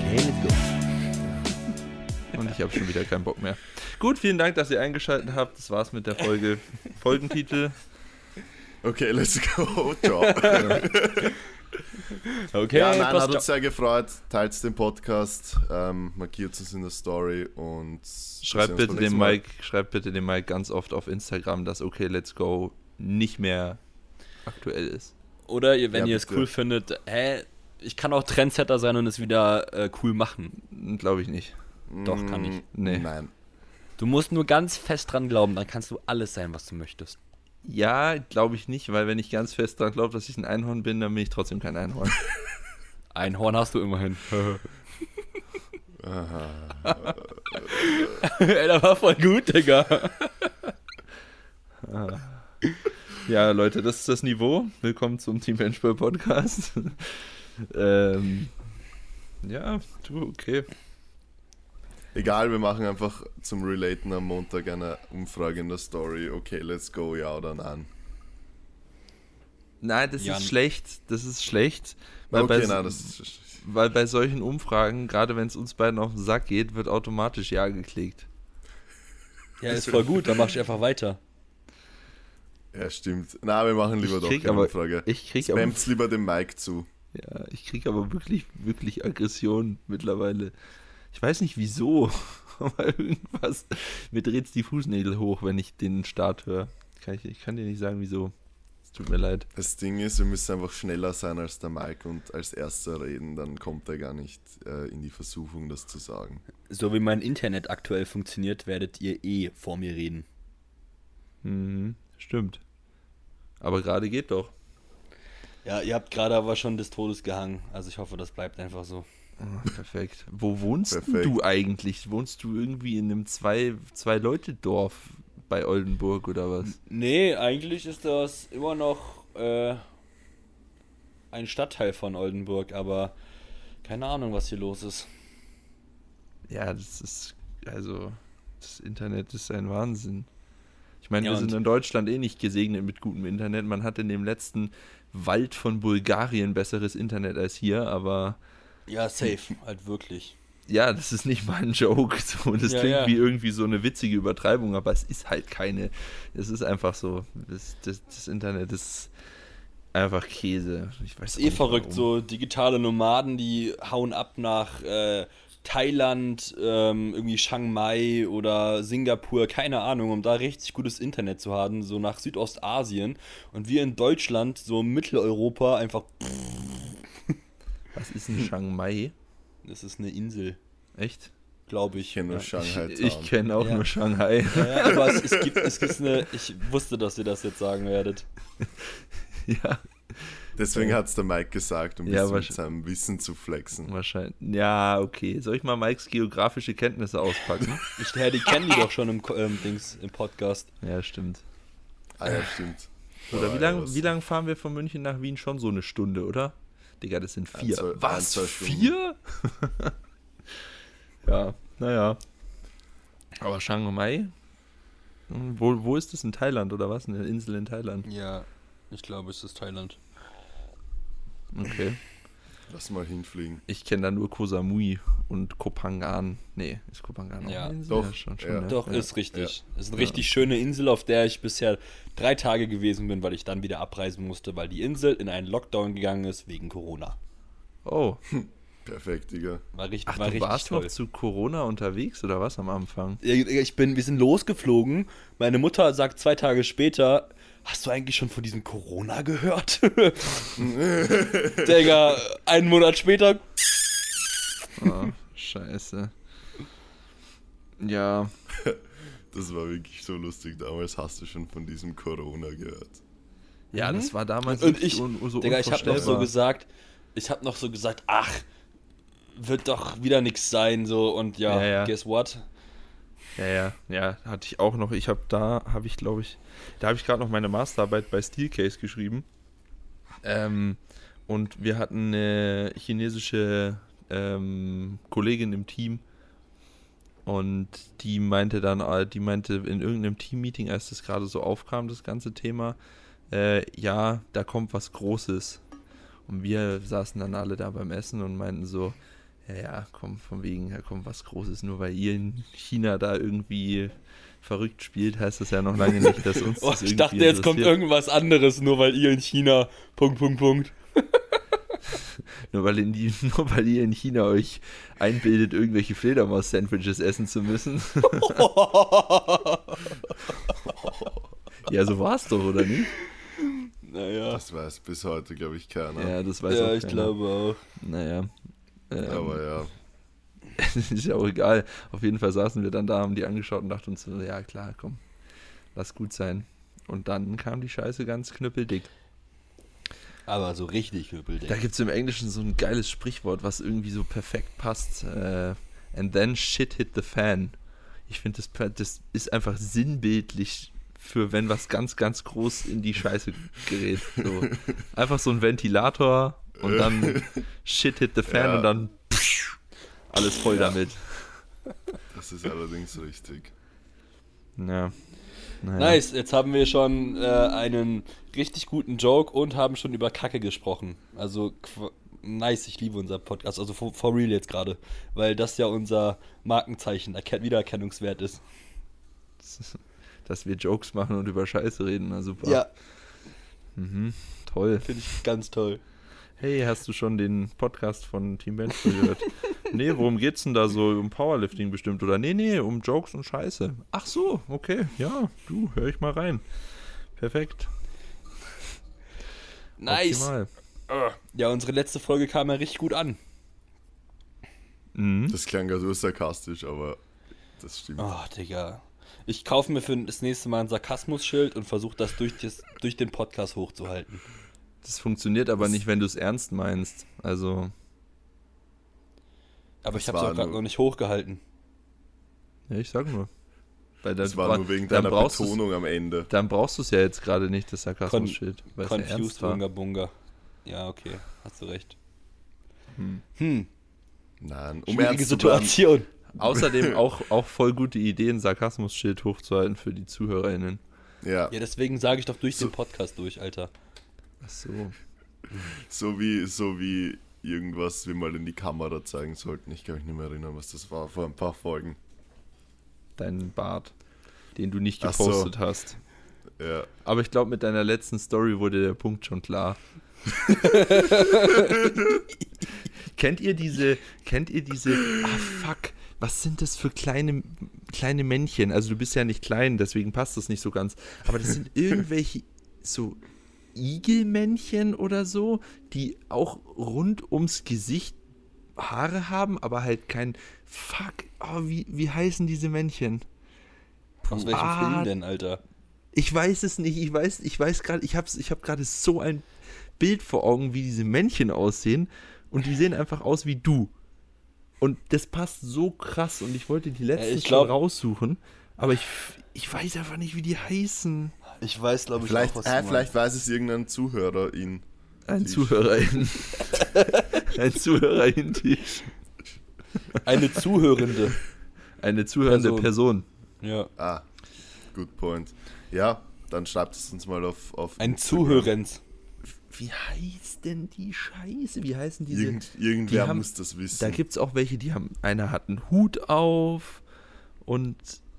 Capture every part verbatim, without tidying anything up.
Okay, let's go. Und ich habe schon wieder keinen Bock mehr. Gut, vielen Dank, dass ihr eingeschaltet habt. Das war's mit der Folge. Folgentitel. Okay, let's go. Ciao. Okay, ja, nein, passt, hat uns ciao. sehr gefreut. Teilt den Podcast, ähm, markiert uns in der Story und Schreibt bitte, dem Mal. Mike, schreibt bitte dem Mike ganz oft auf Instagram, dass Okay, let's go nicht mehr aktuell ist. Oder ihr, wenn Ja, ihr es bitte. cool findet, hä, ich kann auch Trendsetter sein und es wieder äh, cool machen. Glaube ich nicht. Doch, kann ich. Nee. Nein. Du musst nur ganz fest dran glauben, dann kannst du alles sein, was du möchtest. Ja, glaube ich nicht, weil wenn ich ganz fest daran glaube, dass ich ein Einhorn bin, dann bin ich trotzdem kein Einhorn. Ein Horn hast du immerhin. Aha. Ey, das war voll gut, Digga. Ja, Leute, das ist das Niveau. Willkommen zum Team Endspurt Podcast. ähm, ja, du, okay. Egal, wir machen einfach zum Relaten am Montag eine Umfrage in der Story. Okay, let's go, ja oder nein. Nein, das Jan. ist schlecht. Das ist schlecht. Weil, Okay, bei, nein, das ist... weil bei solchen Umfragen, gerade wenn es uns beiden auf den Sack geht, wird automatisch Ja geklickt. Ja, ist voll gut, dann mach ich einfach weiter. Ja, stimmt. Na, wir machen lieber Ich doch krieg keine aber- Umfrage. Ich krieg aber, Spamt's lieber dem Mike zu. ja, ich krieg aber wirklich, wirklich Aggression mittlerweile. Ich weiß nicht wieso, aber irgendwas. Mir dreht's die Fußnägel hoch, wenn ich den Start höre. Kann ich, ich kann dir nicht sagen wieso. Es tut mir leid. Das Ding ist, wir müssen einfach schneller sein als der Mike und als erster reden, dann kommt er gar nicht äh, in die Versuchung, das zu sagen. So wie mein Internet aktuell funktioniert, werdet ihr eh vor mir reden. Mhm, stimmt. Aber gerade geht doch. Ja, ihr habt gerade aber schon des Todes gehangen. Also ich hoffe, das bleibt einfach so. Oh, perfekt. Wo wohnst denn Perfekt. du eigentlich? Wohnst du irgendwie in einem zwei, zwei Leute Dorf bei Oldenburg oder was? Nee, eigentlich ist das immer noch äh, ein Stadtteil von Oldenburg, aber keine Ahnung, was hier los ist. Ja, das ist, also, das Internet ist ein Wahnsinn. Ich meine, Ja, wir sind und- in Deutschland eh nicht gesegnet mit gutem Internet. Man hat in dem letzten Wald von Bulgarien besseres Internet als hier, aber Ja, safe, halt wirklich. ja, das ist nicht mal ein Joke. So, das Ja, klingt ja. wie irgendwie so eine witzige Übertreibung, aber es ist halt keine. Es ist einfach so. Das, das, das Internet ist einfach Käse. Ich weiß Ist auch eh nicht, verrückt, warum. so digitale Nomaden, die hauen ab nach äh, Thailand, ähm, irgendwie Chiang Mai oder Singapur, keine Ahnung, um da richtig gutes Internet zu haben, so nach Südostasien. Und wir in Deutschland, so Mitteleuropa, einfach, Was ist ein Chiang Mai? das ist eine Insel, Echt? glaube Ich ich. kenne nur Ja. Shanghai Ich, ich Town. kenne auch Ja. nur Shanghai. Ja, ja, aber es, es, gibt, es gibt eine, ich wusste, dass ihr das jetzt sagen werdet. Ja, Deswegen hat es der Mike gesagt, um ein Ja, bisschen mit wahrsch- seinem Wissen zu flexen. wahrscheinlich. Ja, okay. Soll ich mal Mikes geografische Kenntnisse auspacken? Ich, ja, die kennen die doch schon im, Ko- ähm, Dings, im Podcast. Ja, stimmt. Ah ja, stimmt. Oder Da wie war ja lange was. wie lang fahren wir von München nach Wien? Schon so eine Stunde, oder? Digga, das sind vier. zwei- Was? ein, zwei Stunden. Vier? Ja, naja. Aber Chiang Mai? Hm, Wo, wo ist das? In Thailand oder was? Eine Insel in Thailand. Ja, ich glaube, es ist Thailand. Okay. Lass mal hinfliegen. Ich kenne da nur Koh Samui und Koh Phangan. Nee, ist Koh Phangan auch Ja, eine Insel? doch, schon, ja. ne? Doch, Ja. ist richtig. Es ist eine Ja. richtig schöne Insel, auf der ich bisher drei Tage gewesen bin, weil ich dann wieder abreisen musste, weil die Insel in einen Lockdown gegangen ist wegen Corona. Oh, Perfekt, Digga. War richtig, ach, war du richtig warst toll. noch zu Corona unterwegs oder was am Anfang? Ja, Ich bin, wir sind losgeflogen. Meine Mutter sagt zwei Tage später, hast du eigentlich schon von diesem Corona gehört? Digga, einen Monat später. Oh, scheiße. Ja, Das war wirklich so lustig. Damals hast du schon von diesem Corona gehört. ja, Mhm. das war damals Und wirklich ich, un, so Digga, ich hab noch so unvorstellbar. gesagt, ich hab noch so gesagt, ach, wird doch wieder nix sein, so, und ja, Ja, ja. guess what? Ja, ja, ja, hatte ich auch noch. Ich habe da, habe ich glaube ich, da habe ich gerade noch meine Masterarbeit bei Steelcase geschrieben. Ähm, und wir hatten eine chinesische ähm, Kollegin im Team und die meinte dann, äh, die meinte in irgendeinem Teammeeting, als das gerade so aufkam, das ganze Thema, äh, ja, da kommt was Großes. Und wir saßen dann alle da beim Essen und meinten so, Ja, ja, komm, von wegen, ja, komm, was Großes. Nur weil ihr in China da irgendwie verrückt spielt, heißt das ja noch lange nicht, dass uns Oh, das ich irgendwie dachte, jetzt kommt interessiert. irgendwas anderes, nur weil ihr in China. Punkt, Punkt, Punkt. Nur weil, in die, nur weil ihr in China euch einbildet, irgendwelche Fledermaus-Sandwiches essen zu müssen. Ja, so war's doch, oder nicht? Naja. Das weiß bis heute, glaube ich, keiner. Ja, das weiß Ja, auch ich keiner. glaube auch. Naja. Ähm, Aber ja. ist ja auch egal. Auf jeden Fall saßen wir dann da, haben die angeschaut und dachten uns so, ja klar, komm, lass gut sein. Und dann kam die Scheiße ganz knüppeldick. Aber so richtig knüppeldick. Da gibt es im Englischen so ein geiles Sprichwort, was irgendwie so perfekt passt. Äh, and then shit hit the fan. Ich finde, das, das ist einfach sinnbildlich für, wenn was ganz, ganz groß in die Scheiße gerät. So. Einfach so ein Ventilator und dann shit hit the fan Ja. und dann psch, alles voll Ja. damit. Das ist allerdings richtig. Ja. Naja. Nice, jetzt haben wir schon äh, einen richtig guten Joke und haben schon über Kacke gesprochen. Also qu- nice, ich liebe unser Podcast, also for, for real jetzt gerade, weil das ja unser Markenzeichen, Erken- Wiedererkennungswert ist. Dass wir Jokes machen und über Scheiße reden, na super. Ja, Mhm, toll. finde ich ganz toll. Hey, hast du schon den Podcast von Team Benchful gehört? Nee, worum geht's denn da so? Um Powerlifting bestimmt? Oder nee, nee, um Jokes und Scheiße. Ach so, okay, ja, du, hör ich mal rein. Perfekt. Nice. Optimal. Ja, unsere letzte Folge kam ja richtig gut an. Mhm. Das klang gerade so sarkastisch, aber das stimmt. Oh, Digga. Ich kaufe mir für das nächste Mal ein Sarkasmus-Schild und versuche das durch, das durch den Podcast hochzuhalten. Das funktioniert aber Das- nicht, wenn du es ernst meinst. Also, Aber Das ich habe es war auch gerade nur- noch nicht hochgehalten. ja, ich sag nur. Weil Das dann war bra- nur wegen dann deiner brauchst du's- Betonung am Ende. Dann brauchst du es ja jetzt gerade nicht, das Sarkasmus-Schild. Weil es ja Confused ernst war. Bunga Bunga. Ja, okay, hast du recht. Hm. Hm, Nein, um schwierige ernst zu bleiben. Situation. Außerdem auch, auch voll gute Idee, ein Sarkasmus-Schild hochzuhalten für die ZuhörerInnen. Ja, Ja, deswegen sage ich doch durch So. den Podcast durch, Alter. Ach so. so wie, so wie irgendwas wir mal in die Kamera zeigen sollten. Ich kann mich nicht mehr erinnern, was das war, vor ein paar Folgen. Deinen Bart, den du nicht Ach so. gepostet hast. Ja, Aber ich glaube, mit deiner letzten Story wurde der Punkt schon klar. Kennt ihr diese, kennt ihr diese, ah fuck, was sind das für kleine, kleine Männchen? Also du bist ja nicht klein, deswegen passt das nicht so ganz. Aber das sind irgendwelche so Igelmännchen oder so, die auch rund ums Gesicht Haare haben, aber halt kein, fuck, oh, wie, wie heißen diese Männchen? Aus welchem Ah. Film denn, Alter? Ich weiß es nicht, ich weiß, ich weiß gerade, ich hab's, ich habe gerade so ein Bild vor Augen, wie diese Männchen aussehen und die sehen einfach aus wie du. Und das passt so krass und ich wollte die letzten ich glaub- schon raussuchen, aber ich, ich weiß einfach nicht, wie die heißen. Ich weiß, glaube ich, vielleicht, auch, was äh, du vielleicht weiß es irgendein Zuhörer ihn. Ein Die- Zuhörerin. Ein Zuhörerin-Tisch. meinst. Eine Zuhörende. Eine zuhörende Person. Person. Ja. Ah, good point. Ja, dann schreibt es uns mal auf, auf Ein Instagram. Zuhörenz. Wie heißt denn die Scheiße? Wie heißen diese? Irgend, irgendwer die haben- muss das wissen. Da gibt es auch welche, die haben, einer hat einen Hut auf und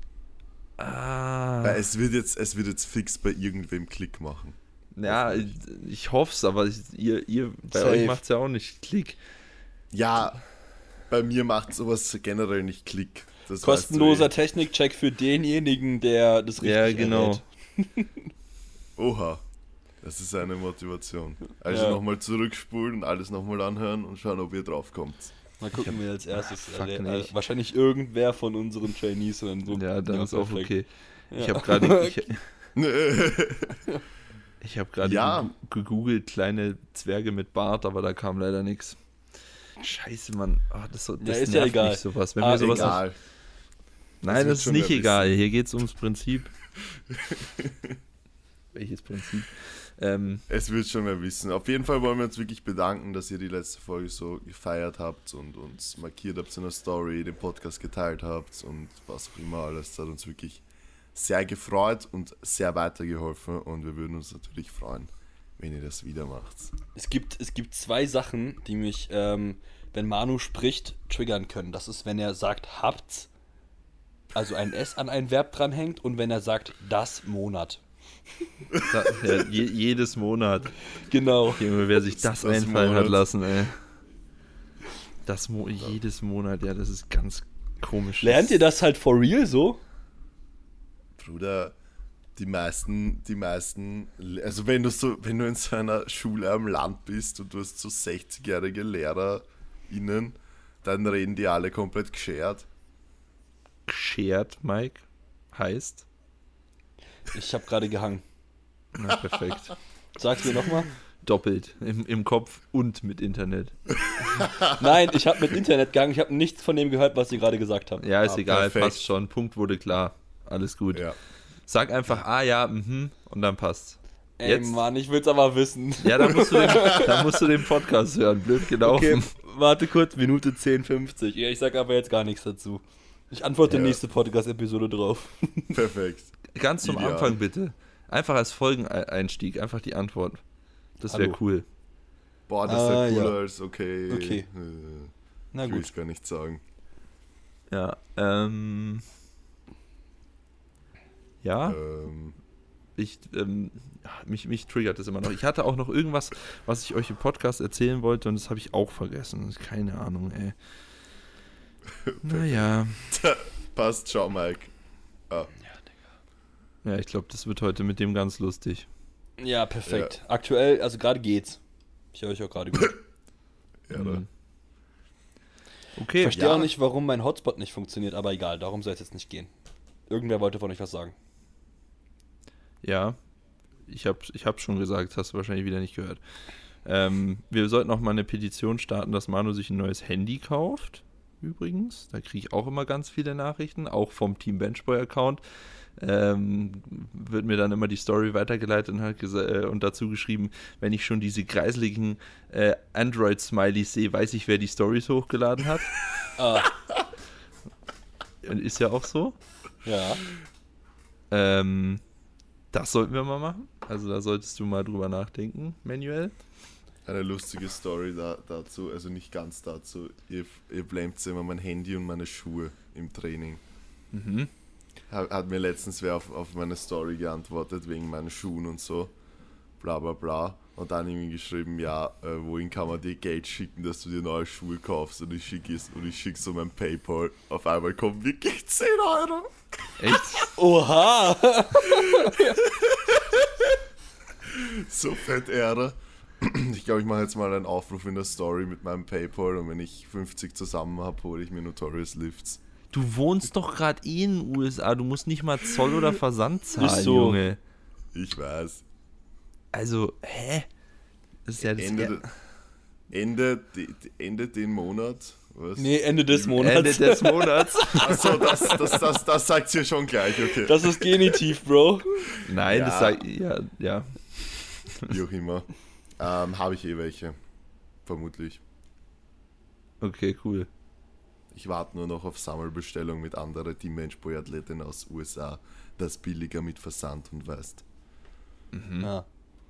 ah, Weil es wird jetzt, es wird jetzt fix bei irgendwem Klick machen. ja, ich, ich hoffe es, aber ich, ihr, ihr, bei Safe. euch macht es ja auch nicht Klick. Ja, bei mir macht sowas generell nicht Klick. Das Kostenloser weißt Technikcheck für denjenigen, der das richtig Ja, genau. errät. du eh. Oha, das ist eine Motivation. Also Ja. nochmal zurückspulen und alles nochmal anhören und schauen, ob ihr drauf kommt. Mal gucken, wer als erstes fuck errät. nicht. Äh, wahrscheinlich irgendwer von unseren Trainees oder so. Ja, dann ist auch perfekt. okay. Ja. Ich habe gerade ich, ich hab gerade Ja. gegu- gegoogelt, kleine Zwerge mit Bart, aber da kam leider nichts. Scheiße, Mann. Oh, das so- das ist ja nervt egal. mich sowas. Wenn Ah, wir sowas Egal. Nein, wird das ist schon nicht wer egal. Hier geht es ums Prinzip. Welches Prinzip? Ähm, Es wird schon mehr wissen. Auf jeden Fall wollen wir uns wirklich bedanken, dass ihr die letzte Folge so gefeiert habt und uns markiert habt in der Story, den Podcast geteilt habt und was auch immer alles. Das hat uns wirklich sehr gefreut und sehr weitergeholfen und wir würden uns natürlich freuen, wenn ihr das wieder macht. Es gibt, es gibt zwei Sachen, die mich, ähm, wenn Manu spricht, triggern können. Das ist, wenn er sagt, habt's, also ein S an ein Verb dranhängt, und wenn er sagt, das Monat. Da, ja, je, jedes Monat. Genau. Junge, wer sich das, Das einfallen Monat. hat lassen, ey. Das Mo- jedes Monat, ja, das ist ganz komisch. Lernt ihr das halt for real so? Bruder, die meisten, die meisten, also wenn du so, wenn du in so einer Schule am Land bist und du hast so sechzigjährige LehrerInnen, dann reden die alle komplett geschert. Shared, Mike, heißt? Ich habe gerade gehangen. Na, perfekt. Sag's mir nochmal. Doppelt. Im, Im Kopf und mit Internet. Nein, ich habe mit Internet gegangen. Ich habe nichts von dem gehört, was ihr gerade gesagt habt. Ja, ist Ah, egal, perfekt. passt schon. Punkt wurde klar. Alles gut. Ja. Sag einfach, ah ja, mhm, und dann passt. Ey, Jetzt? Mann, ich will's aber wissen. Ja, dann musst du den, dann musst du den Podcast hören. Blöd gelaufen. Okay, warte kurz, Minute zehn fünfzig. Ja, ich sag aber jetzt gar nichts dazu. Ich antworte Ja. nächste Podcast-Episode drauf. Perfekt. Ganz zum Ideal. Anfang bitte. Einfach als Folgeneinstieg, einfach die Antwort. Das wäre Hallo. cool. Boah, das Ah, ist ja cooler ja. als okay. Okay. Äh, Na ich will gut. es gar nicht sagen. Ja, ähm. Ja, Ähm, ich, ähm, ja, mich, mich triggert das immer noch. Ich hatte auch noch irgendwas, was ich euch im Podcast erzählen wollte, und das habe ich auch vergessen. Keine Ahnung, ey. Naja. passt, schau, Mike. Ah, Ja, ich glaube, das wird heute mit dem ganz lustig. Ja, perfekt. Aktuell, also gerade geht's. Ich höre euch auch gerade gut. ja, Mhm. oder? Ich Okay, verstehe ja. auch nicht, warum mein Hotspot nicht funktioniert, aber egal, darum soll es jetzt nicht gehen. Irgendwer wollte von euch was sagen. ja, ich habe ich hab schon gesagt, hast du wahrscheinlich wieder nicht gehört. Ähm, wir sollten auch mal eine Petition starten, dass Manu sich ein neues Handy kauft. Übrigens, da kriege ich auch immer ganz viele Nachrichten, auch vom Team Benchboy-Account. Ähm, wird mir dann immer die Story weitergeleitet und, hat gesa- äh, und dazu geschrieben, wenn ich schon diese kreiseligen äh, Android-Smileys sehe, weiß ich, wer die Stories hochgeladen hat. Ah, Und ist ja auch so. ja. Ähm, das sollten wir mal machen. Also da solltest du mal drüber nachdenken, Manuel. Eine lustige Story da, dazu, also nicht ganz dazu. Ihr, ihr blamet immer mein Handy und meine Schuhe im Training. Mhm. Hat, hat mir letztens wer auf, auf meine Story geantwortet wegen meinen Schuhen und so. Bla bla bla. Und dann irgendwie geschrieben, ja, äh, wohin kann man dir Geld schicken, dass du dir neue Schuhe kaufst? Und ich schicke es und ich schicke so mein PayPal. Auf einmal kommen wirklich zehn Euro. Echt? Oha! So fett Ehre. Ich glaube, ich mache jetzt mal einen Aufruf in der Story mit meinem PayPal und wenn ich fünfzig zusammen habe, hole ich mir Notorious Lifts. Du wohnst doch gerade eh in den U S A. Du musst nicht mal Zoll oder Versand zahlen, Ist so. Junge. Ich weiß. Also, hä? Das ist ja das Ende, Er- de, Ende, de, de, Ende den Monat. Was? Nee, Ende des Ende Monats. des Monats. Achso, das, das, das, das sagt ihr schon gleich, okay. Das ist Genitiv, Bro. Nein, Ja. das sag ja, ja. Wie auch immer. Ähm, habe ich eh welche. Vermutlich. Okay, cool. Ich warte nur noch auf Sammelbestellung mit anderen Team Mensch-Boy-Athleten aus U S A. Das billiger mit Versand und weißt. Ja,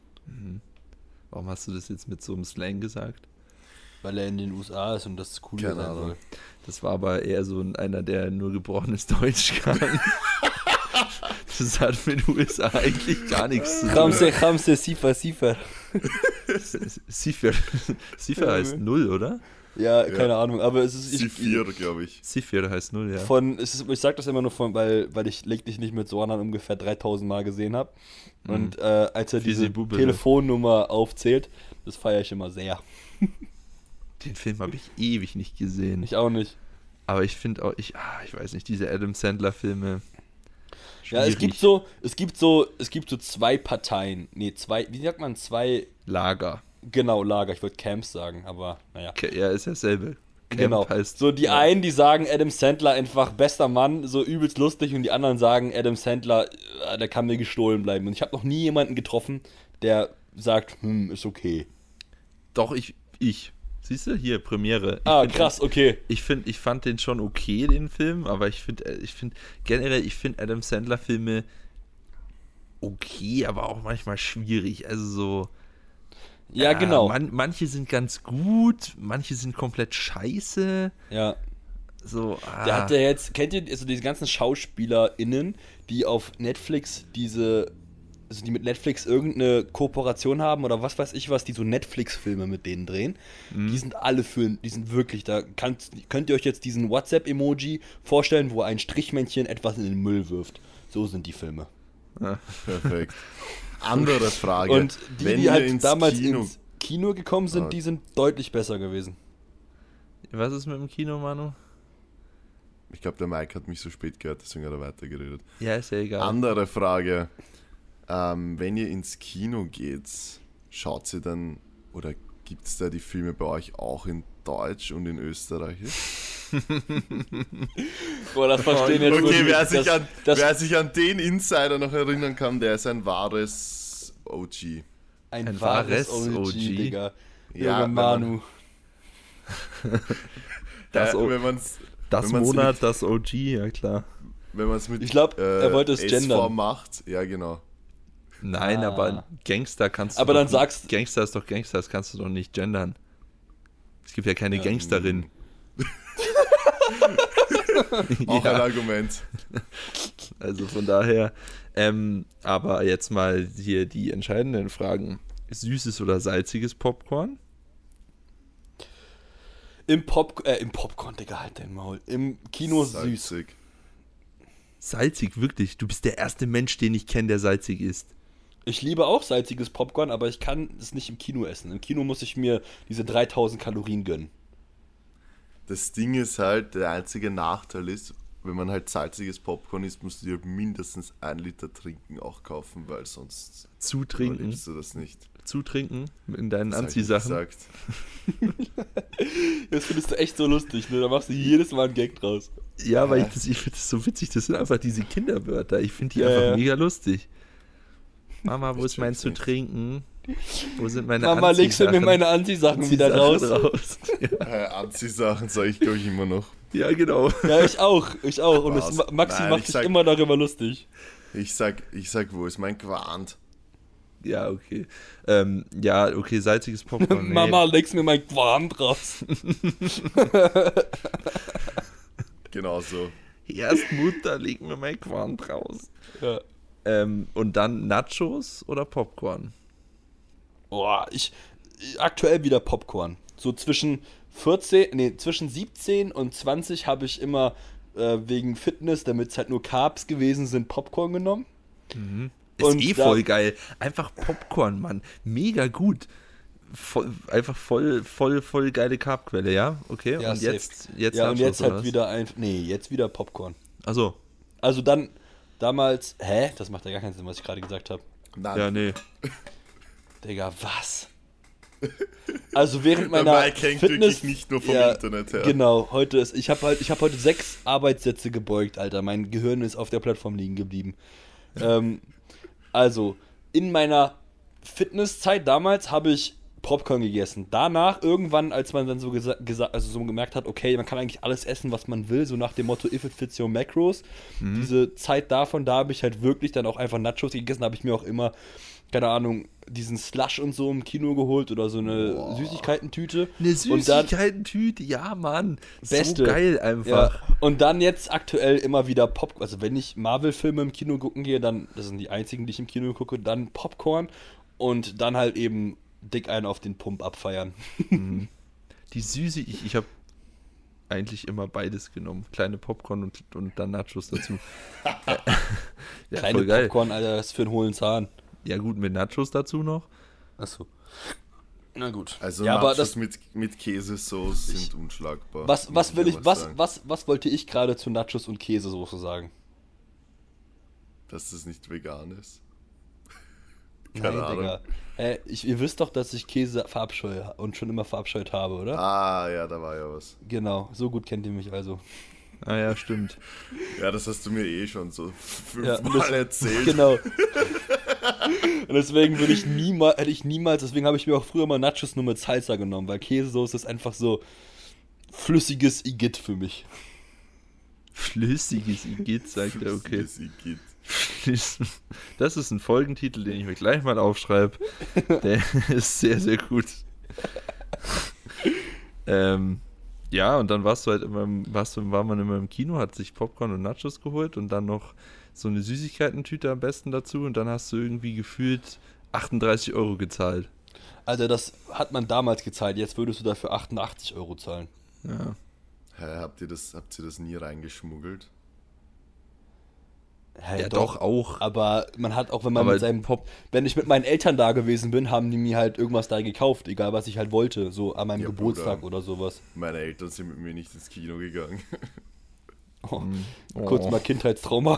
Warum hast du das jetzt mit so einem Slang gesagt? weil er in den U S A ist und das cool Keine sein Ahnung. soll. Das war aber eher so ein, einer, der nur gebrochenes Deutsch kann. Das hat mit U S A eigentlich gar nichts zu tun. Ramse, Ramse, Sifa, Sifa. Sifir. Sifir heißt null, oder? Ja, Ja. keine Ahnung, aber es ist... Sie Ich, vier, glaube ich. Sifir heißt null, ja. von, es ist, ich sag das immer nur von, weil, weil ich Leg dich nicht mit so anderen ungefähr dreitausend Mal gesehen habe. Und äh, als er Fisi diese Bubele. Telefonnummer aufzählt, das feiere ich immer sehr. Den Film habe ich ewig nicht gesehen. Ich auch nicht. Aber ich finde auch, ich, ah, ich weiß nicht, diese Adam Sandler-Filme. Ja, es gibt so, es gibt so, es gibt so zwei Parteien. Nee, zwei, wie sagt man, zwei, Lager. genau, Lager. Ich wollte Camps sagen, aber naja. Ke- Ja, ist dasselbe. Camp Genau. heißt. So, die ja. einen, die sagen, Adam Sandler einfach bester Mann, so übelst lustig, und die anderen sagen, Adam Sandler, äh, der kann mir gestohlen bleiben. Und ich habe noch nie jemanden getroffen, der sagt, hm, ist okay. Doch, ich, ich. Siehst du, hier, Premiere. Ich Ah, find, krass, okay. Ich finde, ich fand den schon okay, den Film, aber ich finde, ich finde, generell, ich finde Adam Sandler-Filme okay, aber auch manchmal schwierig. Also so, Ja, genau. Man, manche sind ganz gut, manche sind komplett scheiße. Ja. So, ah. Der hat ja jetzt, kennt ihr also diese ganzen SchauspielerInnen, die auf Netflix diese, also die mit Netflix irgendeine Kooperation haben oder was weiß ich was, die so Netflix-Filme mit denen drehen, Mhm. die sind alle für, die sind wirklich, da kannst, könnt ihr euch jetzt diesen WhatsApp-Emoji vorstellen, wo ein Strichmännchen etwas in den Müll wirft. So sind die Filme. Perfekt. Andere Frage. Und die, Wenn die ihr halt ins damals Kino, ins Kino gekommen sind, Ah. die sind deutlich besser gewesen. Was ist mit dem Kino, Manu? ich glaube, der Mike hat mich so spät gehört, deswegen hat er weitergeredet. Ja, ist ja egal. Andere Frage. Ähm, wenn ihr ins Kino geht, schaut ihr dann, oder gibt es da die Filme bei euch auch in Deutsch und in Österreichisch? Boah, das verstehen jetzt Okay, wirklich, wer sich, das, an, das, wer sich an den Insider noch erinnern kann, der ist ein wahres O G. ein, ein wahres wahres O G, O G. Digga. Ja, Junge wenn Manu. Das äh, O- wenn man's, Das wenn man's Monat, mit, das O G, ja klar. wenn man es mit Ich glaub, er wollte es S V gendern. macht, ja genau. Nein, Ah. aber Gangster kannst du Aber doch dann nicht- sagst- Gangster ist doch Gangster, das kannst du doch nicht gendern. Es gibt ja keine Ja, Gangsterin. Auch ein Ja, Argument. also von daher. Ähm, aber jetzt mal hier die entscheidenden Fragen. Süßes oder salziges Popcorn? Im Pop, äh, im Popcorn, Digga, halt dein Maul. Im Kino süß. Salzig. Salzig, wirklich. Du bist der erste Mensch, den ich kenne, der salzig ist. Ich liebe auch salziges Popcorn, aber ich kann es nicht im Kino essen. Im Kino muss ich mir diese dreitausend Kalorien gönnen. Das Ding ist halt, der einzige Nachteil ist, wenn man halt salziges Popcorn isst, musst du dir mindestens ein Liter trinken auch kaufen, weil sonst Zutrinken. überlebst du das nicht. Zutrinken in deinen Das hab ich Anziehsachen. gesagt. Das findest du echt so lustig, ne? Da machst du jedes Mal einen Gag draus. Ja, weil Ja. ich, das- ich finde das so witzig. Das sind einfach diese Kinderwörter. Ich finde die Ja, einfach ja. mega lustig. Mama, wo Ich ist mein check's zu nicht. trinken? Wo sind meine Mama, legst du mir Anziehsachen? meine Anziehsachen wieder raus? raus. Äh, Anziehsachen sage ich, glaube ich, immer noch. Ja, genau. Ja, ich auch, ich auch. Und Spaß. das, Maxi Nein, macht ich sich sag- immer darüber lustig. Ich sag, ich sag, wo ist mein Quant? Ja, okay. Ähm, ja, okay, salziges Popcorn. Nee. Mama, legst mir mein Quant raus. Genau so. Erst Mutter, leg mir mein Quant raus. Ja. Ähm, und dann Nachos oder Popcorn? Boah, ich, aktuell wieder Popcorn. So zwischen vierzehn, nee, zwischen siebzehn und zwanzig habe ich immer äh, wegen Fitness, damit es halt nur Carbs gewesen sind, Popcorn genommen. Ist Und eh da- voll geil. Einfach Popcorn, Mann. Mega gut. Voll, einfach voll, voll, voll geile Carbquelle, ja? Okay, Ja, und safe. jetzt, jetzt ja, und Nachos, jetzt oder halt was? wieder ein, nee, jetzt wieder Popcorn. Achso. Also dann, damals, hä? Das macht ja gar keinen Sinn, was ich gerade gesagt habe. Nein, Ja, nee. Digga, was? Also während der meiner Mike hängt Fitness, wirklich nicht nur vom ja, Internet her. Genau, heute ist, ich habe halt, ich habe heute sechs Arbeitssätze gebeugt, Alter. Mein Gehirn ist auf der Plattform liegen geblieben. ähm, also, in meiner Fitnesszeit damals habe ich Popcorn gegessen. Danach, irgendwann, als man dann so gesagt, also so gemerkt hat, okay, man kann eigentlich alles essen, was man will, so nach dem Motto If it fits your macros. Mhm. Diese Zeit davon, da habe ich halt wirklich dann auch einfach Nachos gegessen, habe ich mir auch immer, keine Ahnung, diesen Slush und so im Kino geholt oder so eine Boah. Süßigkeitentüte. Eine Und dann- Süßigkeiten-Tüte, ja, Mann. Beste. So geil einfach. Ja, und dann jetzt aktuell immer wieder Popcorn. Also wenn ich Marvel-Filme im Kino gucken gehe, dann, das sind die einzigen, die ich im Kino gucke, dann Popcorn und dann halt eben dick einen auf den Pump abfeiern. Die Süße, ich, ich habe eigentlich immer beides genommen. Kleine Popcorn und, und dann Nachos dazu. ja, Kleine voll geil. Popcorn, Alter, das ist für einen hohlen Zahn. Ja gut, mit Nachos dazu noch. Achso. Na gut. Also ja, aber Nachos das, mit, mit Käsesauce sind unschlagbar. was, muss was will ich, aber was, sagen. was, was wollte ich gerade zu Nachos und Käsesoße sagen? Dass das nicht vegan ist. Nein, Keine Ahnung. Digga. Hä, ich, ihr wisst doch, dass ich Käse verabscheue und schon immer verabscheut habe, oder? Ah, ja, da war ja was. Genau, so gut kennt ihr mich also. Ah ja, stimmt. Ja, das hast du mir eh schon so Ja, fünfmal das- erzählt. Genau. Und deswegen würde ich niemals, hätte ich niemals, deswegen habe ich mir auch früher mal Nachos nur mit Salsa genommen, weil Käsesoße ist einfach so flüssiges Igitt für mich. Flüssiges Igitt, sagt er, okay. Flüssiges Igitt. Das ist ein Folgentitel, den ich mir gleich mal aufschreibe. Der ist sehr, sehr gut. ähm, ja, und dann warst du halt immer, im, warst du, war man immer im Kino, hat sich Popcorn und Nachos geholt und dann noch so eine Süßigkeitentüte am besten dazu und dann hast du irgendwie gefühlt achtunddreißig Euro gezahlt. Alter, das hat man damals gezahlt, jetzt würdest du dafür achtundachtzig Euro zahlen. Ja. Hä, habt ihr das, habt ihr das nie reingeschmuggelt? Hey, Ja, doch, auch. Aber man hat auch, wenn man Aber mit seinem Pop- wenn ich mit meinen Eltern da gewesen bin, haben die mir halt irgendwas da gekauft, egal was ich halt wollte, so an meinem Ja, Geburtstag Bruder. oder sowas. Meine Eltern sind mit mir nicht ins Kino gegangen. Oh, Oh. Kurz mal Kindheitstrauma.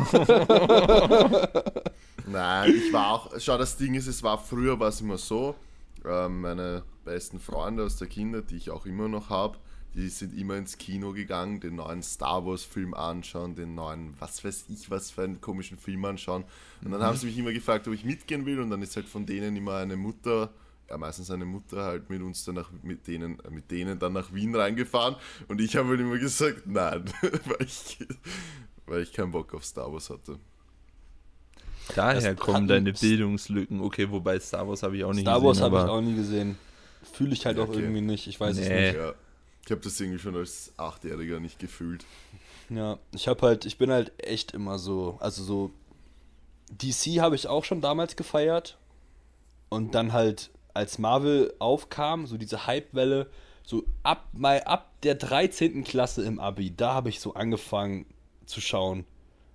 Nein, ich war auch, schau, das Ding ist, es war früher, war es immer so, ähm, meine besten Freunde aus der Kindheit, die ich auch immer noch habe, die sind immer ins Kino gegangen, den neuen Star Wars Film anschauen, den neuen, was weiß ich, was für einen komischen Film anschauen. Und dann Mhm. haben sie mich immer gefragt, ob ich mitgehen will und dann ist halt von denen immer eine Mutter, ja meistens eine Mutter halt mit uns dann nach, mit denen, äh, mit denen dann nach Wien reingefahren und ich habe halt immer gesagt, nein, weil ich, weil ich keinen Bock auf Star Wars hatte. Daher Das kommen hatten- deine Bildungslücken. Okay, wobei Star Wars habe ich auch nicht Star gesehen. Wars habe ich aber auch nie gesehen. Fühle ich halt Ja, auch okay. irgendwie nicht, ich weiß es Nee. nicht. Ja, ich habe das irgendwie schon als Achtjähriger nicht gefühlt. Ja, ich habe halt, ich bin halt echt immer so, also so D C habe ich auch schon damals gefeiert und dann halt als Marvel aufkam, so diese Hypewelle, so ab mal ab der dreizehnten Klasse im Abi, da habe ich so angefangen zu schauen.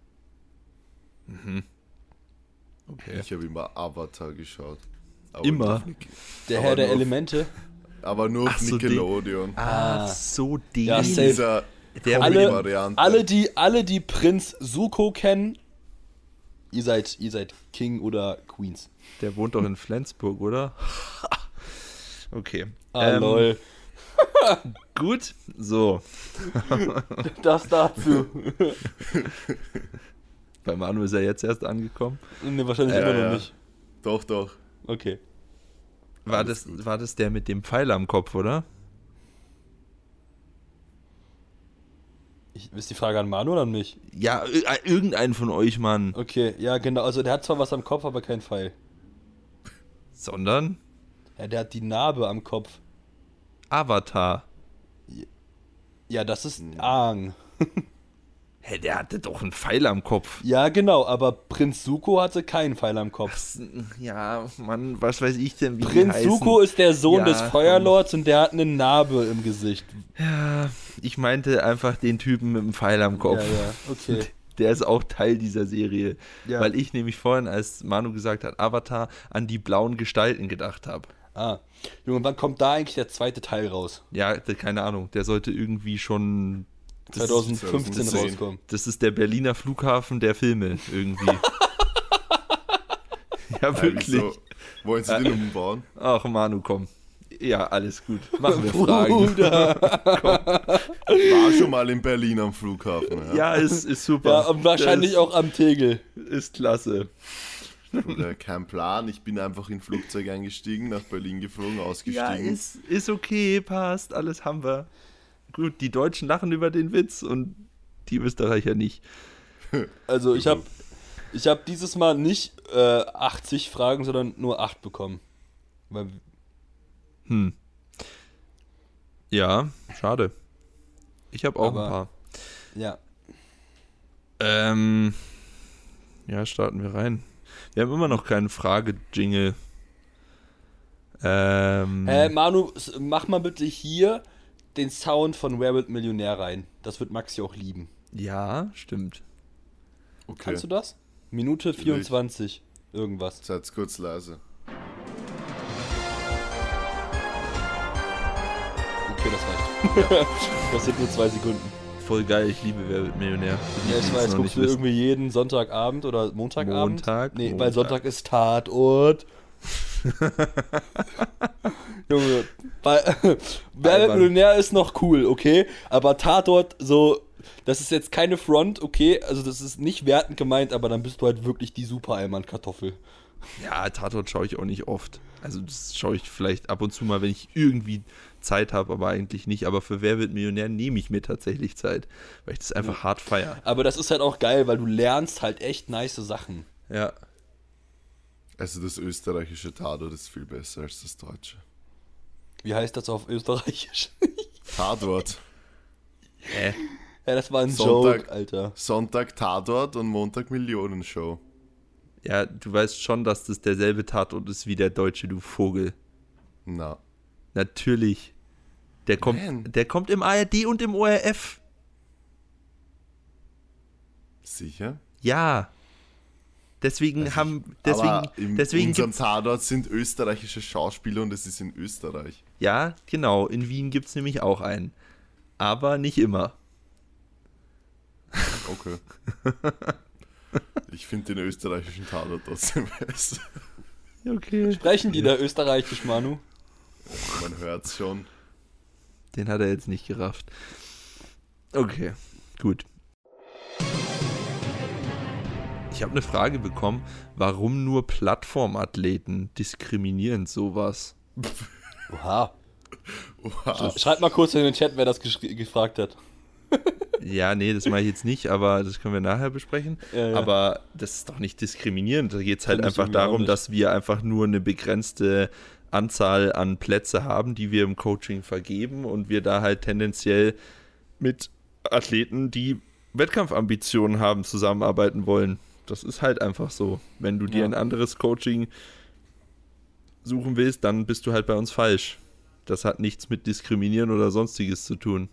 okay. Ich habe immer Avatar geschaut. Aber Immer? nur auf Nick- Der Aber Herr der nur auf- Elemente. Aber nur auf Ach so, die- Nickelodeon. Ach so, den. Ja, In safe. dieser Der- Alle, Comedy-Variante. alle, die, alle, die Prinz Zuko kennen, ihr seid, ihr seid King oder Queens. Der wohnt doch in Flensburg, oder? Okay. Ah, Ähm, lol. Gut, so. Das dazu. Bei Manu ist er jetzt erst angekommen. Ne, wahrscheinlich Ja, immer noch ja. nicht. Doch, doch. Okay. War Alles das, gut. war das der mit dem Pfeil am Kopf, oder? Ich, ist die Frage an Manu oder an mich? Ja, ir- irgendein von euch, Mann. Okay, ja, genau. Also der hat zwar was am Kopf, aber kein Pfeil. Sondern Ja, der hat die Narbe am Kopf. Avatar. Ja, das ist Aang. Hä, der hatte doch einen Pfeil am Kopf. Ja, genau, aber Prinz Zuko hatte keinen Pfeil am Kopf. Ja, Mann, was weiß ich denn, wie die Prinz heißen. Zuko ist der Sohn Ja, des Feuerlords und der hat eine Narbe im Gesicht. Ja, ich meinte einfach den Typen mit dem Pfeil am Kopf. Ja, ja, okay. Der ist auch Teil dieser Serie. Ja. Weil ich nämlich vorhin, als Manu gesagt hat, Avatar, an die blauen Gestalten gedacht habe. Ah. Junge, wann kommt da eigentlich der zweite Teil raus? Ja, d- keine Ahnung, der sollte irgendwie schon... Das zwanzig fünfzehn zwanzig rauskommen. Das ist der Berliner Flughafen der Filme irgendwie. Ja, Eigentlich wirklich. So, wollen sie den umbauen? Ach, Manu, komm. Ja, alles gut. Machen wir Fragen. Bruder. War schon mal in Berlin am Flughafen. Ja. Ja, ist, ist super. Ja, und wahrscheinlich Das auch am Tegel. Ist klasse. Oder kein Plan. Ich bin einfach in ein Flugzeug eingestiegen, nach Berlin geflogen, Ja, ausgestiegen. ist, ist okay, passt, alles haben wir. Gut, die Deutschen lachen über den Witz und die Österreicher nicht. Also ich habe ich hab dieses Mal nicht äh, achtzig Fragen, sondern nur acht bekommen. Weil, Hm. Ja, schade. Ich habe auch Aber- ein paar. ja. Ähm, ja, starten wir rein. Wir haben immer noch keinen Frage-Jingle. Ähm, Hä, Manu, s- mach mal bitte hier den Sound von Wer wird Millionär rein. Das wird Maxi auch lieben. ja, stimmt. Okay, Kannst du das? Minute vierundzwanzig. Irgendwas. seid kurz leise. Okay, das reicht. Das sind nur zwei Sekunden. Voll geil, ich liebe Wer wird Millionär. Für die, Ja, die ich es weiß, noch guckst nicht du wissen. irgendwie jeden Sonntagabend oder Montagabend? Montag, Nee, Montag. weil Sonntag ist Tatort. Junge, bei, Wer wird Albern. Millionär ist noch cool, okay? Aber Tatort, so, das ist jetzt keine Front, okay? Also das ist nicht wertend gemeint, aber dann bist du halt wirklich die Super-Allmann-Kartoffel. Ja, Tatort schaue ich auch nicht oft. Also das schaue ich vielleicht ab und zu mal, wenn ich irgendwie Zeit habe, aber eigentlich nicht. Aber für Wer wird Millionär nehme ich mir tatsächlich Zeit, weil ich das einfach Ja. hart feiere. Aber das ist halt auch geil, weil du lernst halt echt nice Sachen. Ja. Also das österreichische Tatort ist viel besser als das deutsche. Wie heißt das auf Österreichisch? Tatort. Hä? Ja, das war ein Sonntag. Joke, Alter. Sonntag Tatort und Montag Millionenshow. Ja, du weißt schon, dass das derselbe Tatort ist wie der deutsche, du Vogel. Na. Natürlich. Der kommt, Man. der kommt im A R D und im O R F. Sicher? Ja. Deswegen Also haben, ich- deswegen, Aber in deswegen unserem gibt's, Tatort sind österreichische Schauspieler und es ist in Österreich. ja, genau, in Wien gibt es nämlich auch einen. Aber nicht immer. Okay. Ich finde den österreichischen Tatort trotzdem besser. Okay. Sprechen die da österreichisch, Manu? Man hört's schon. Den hat er jetzt nicht gerafft. Okay, gut. Ich habe eine Frage bekommen, warum nur Plattformathleten diskriminieren sowas? Oha. Oha. Schreibt mal kurz in den Chat, wer das geschri- gefragt hat. Ja, nee, das mache ich jetzt nicht, aber das können wir nachher besprechen. Ja, ja. Aber das ist doch nicht diskriminierend. Da geht es halt Finde ich einfach irgendwie auch darum, nicht. dass wir einfach nur eine begrenzte Anzahl an Plätze haben, die wir im Coaching vergeben und wir da halt tendenziell mit Athleten, die Wettkampfambitionen haben, zusammenarbeiten wollen. Das ist halt einfach so. Wenn du dir Ja. ein anderes Coaching suchen willst, dann bist du halt bei uns falsch. Das hat nichts mit Diskriminieren oder sonstiges zu tun.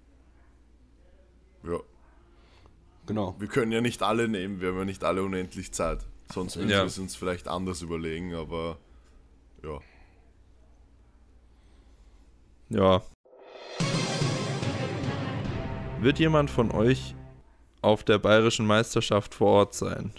Ja. Genau. Wir können ja nicht alle nehmen, wir haben ja nicht alle unendlich Zeit. Sonst würden Ja. wir es uns vielleicht anders überlegen, aber ja. Ja. Wird jemand von euch auf der bayerischen Meisterschaft vor Ort sein?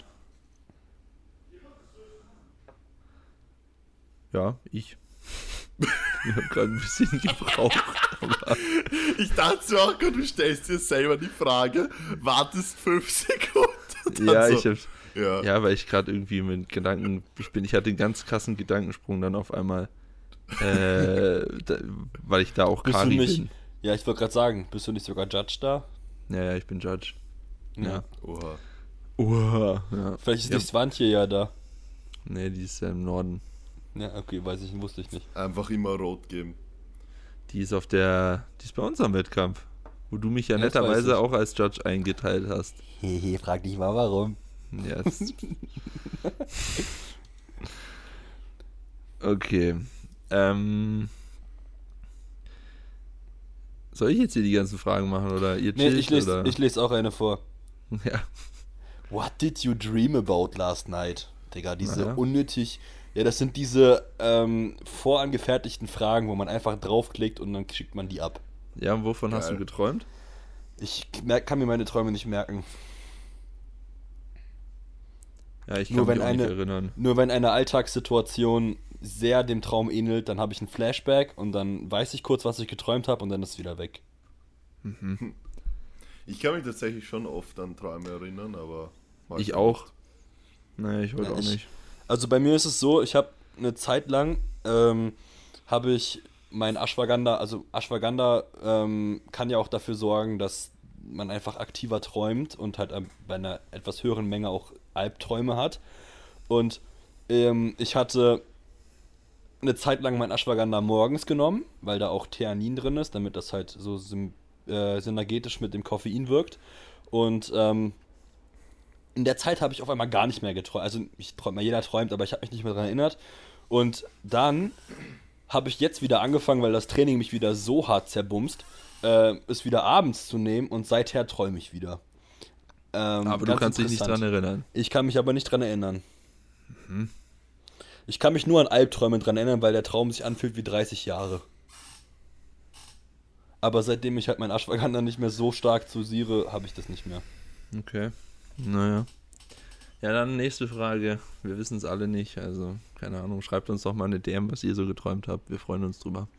Ja, ich. Ich habe gerade ein bisschen gebraucht. Aber Ich dachte so auch gerade, du stellst dir selber die Frage, wartest fünf Sekunden. und dann ja, so. ich hab, Ja. ja, weil ich gerade irgendwie mit Gedanken, ich bin, ich hatte einen ganz krassen Gedankensprung dann auf einmal, äh, da, weil ich da auch Bist du Kali nicht- bin. Ja, ich wollte gerade sagen, bist du nicht sogar Judge da? Ja, ja, ich bin Judge. Ja. Oha. Uah, ja. Vielleicht ist ja. die Swantje ja da. Nee, die ist ja im Norden. Ja, okay, weiß ich, wusste ich nicht. Einfach immer rot geben. Die ist auf der, die ist bei uns am Wettkampf, wo du mich ja Ja, das weiß netterweise ich. auch als Judge eingeteilt hast. Hehe, frag dich mal warum. Ja, das okay. Ähm, soll ich jetzt hier die ganzen Fragen machen oder ihr Nee, chillt, ich lese oder? ich lese auch eine vor. Ja. What did you dream about last night? Digga, diese Naja. unnötig. Ja, das sind diese ähm, vorangefertigten Fragen, wo man einfach draufklickt und dann schickt man die ab. Ja, und wovon hast Geil. du geträumt? Ich mer- kann mir meine Träume nicht merken. Ja, ich Nur kann mich wenn auch nicht eine- erinnern. Nur wenn eine Alltagssituation sehr dem Traum ähnelt, dann habe ich einen Flashback und dann weiß ich kurz, was ich geträumt habe und dann ist es wieder weg. Ich kann mich tatsächlich schon oft an Träume erinnern, aber... Ich manchmal auch. nicht. Nee, ich wollte Ja, auch ich- nicht. Also bei mir ist es so, ich habe eine Zeit lang, ähm, habe ich mein Ashwagandha, also Ashwagandha ähm, kann ja auch dafür sorgen, dass man einfach aktiver träumt und halt ähm, bei einer etwas höheren Menge auch Albträume hat. Und ähm, ich hatte eine Zeit lang mein Ashwagandha morgens genommen, weil da auch Theanin drin ist, damit das halt so sym- äh, synergetisch mit dem Koffein wirkt. Und ähm, in der Zeit habe ich auf einmal gar nicht mehr geträumt. Also ich träume, jeder träumt, aber ich habe mich nicht mehr daran erinnert. Und dann habe ich jetzt wieder angefangen, weil das Training mich wieder so hart zerbumst, äh, es wieder abends zu nehmen und seither träume ich wieder. Ähm, Aber du ganz kannst dich nicht interessant. dran erinnern. Ich kann mich aber nicht dran erinnern. Ich kann mich nur an Albträume dran erinnern, weil der Traum sich anfühlt wie dreißig Jahre. Aber seitdem ich halt mein Ashwagandha nicht mehr so stark dosiere, habe ich das nicht mehr. Okay. Naja. Ja, dann nächste Frage. Wir wissen es alle nicht, also keine Ahnung. Schreibt uns doch mal eine D M, was ihr so geträumt habt. Wir freuen uns drüber.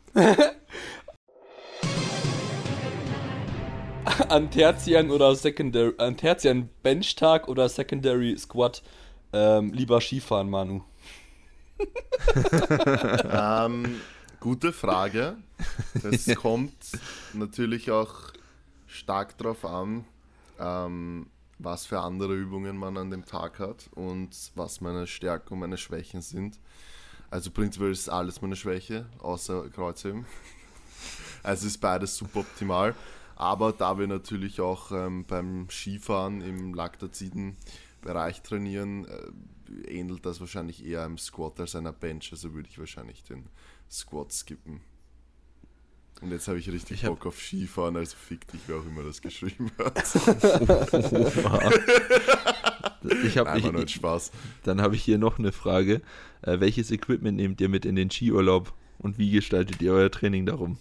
An Tertian oder Secondary, an Tertian Benchtag oder Secondary Squat ähm, lieber Skifahren, Manu. ähm, gute Frage. Das kommt natürlich auch stark darauf an, ähm, was für andere Übungen man an dem Tag hat und was meine Stärken und meine Schwächen sind. Also prinzipiell ist alles meine Schwäche, außer Kreuzheben. Also ist beides super optimal. Aber da wir natürlich auch ähm, beim Skifahren im laktaziden Bereich trainieren, äh, ähnelt das wahrscheinlich eher einem Squat als einer Bench. Also würde ich wahrscheinlich den Squat skippen. Und jetzt habe ich richtig Ich hab- Bock auf Skifahren, also fick dich, wer auch immer das geschrieben hat. Ich hab, Nein, war nur ein ich, Spaß. dann habe ich hier noch eine Frage. Äh, welches Equipment nehmt ihr mit in den Skiurlaub und wie gestaltet ihr euer Training darum?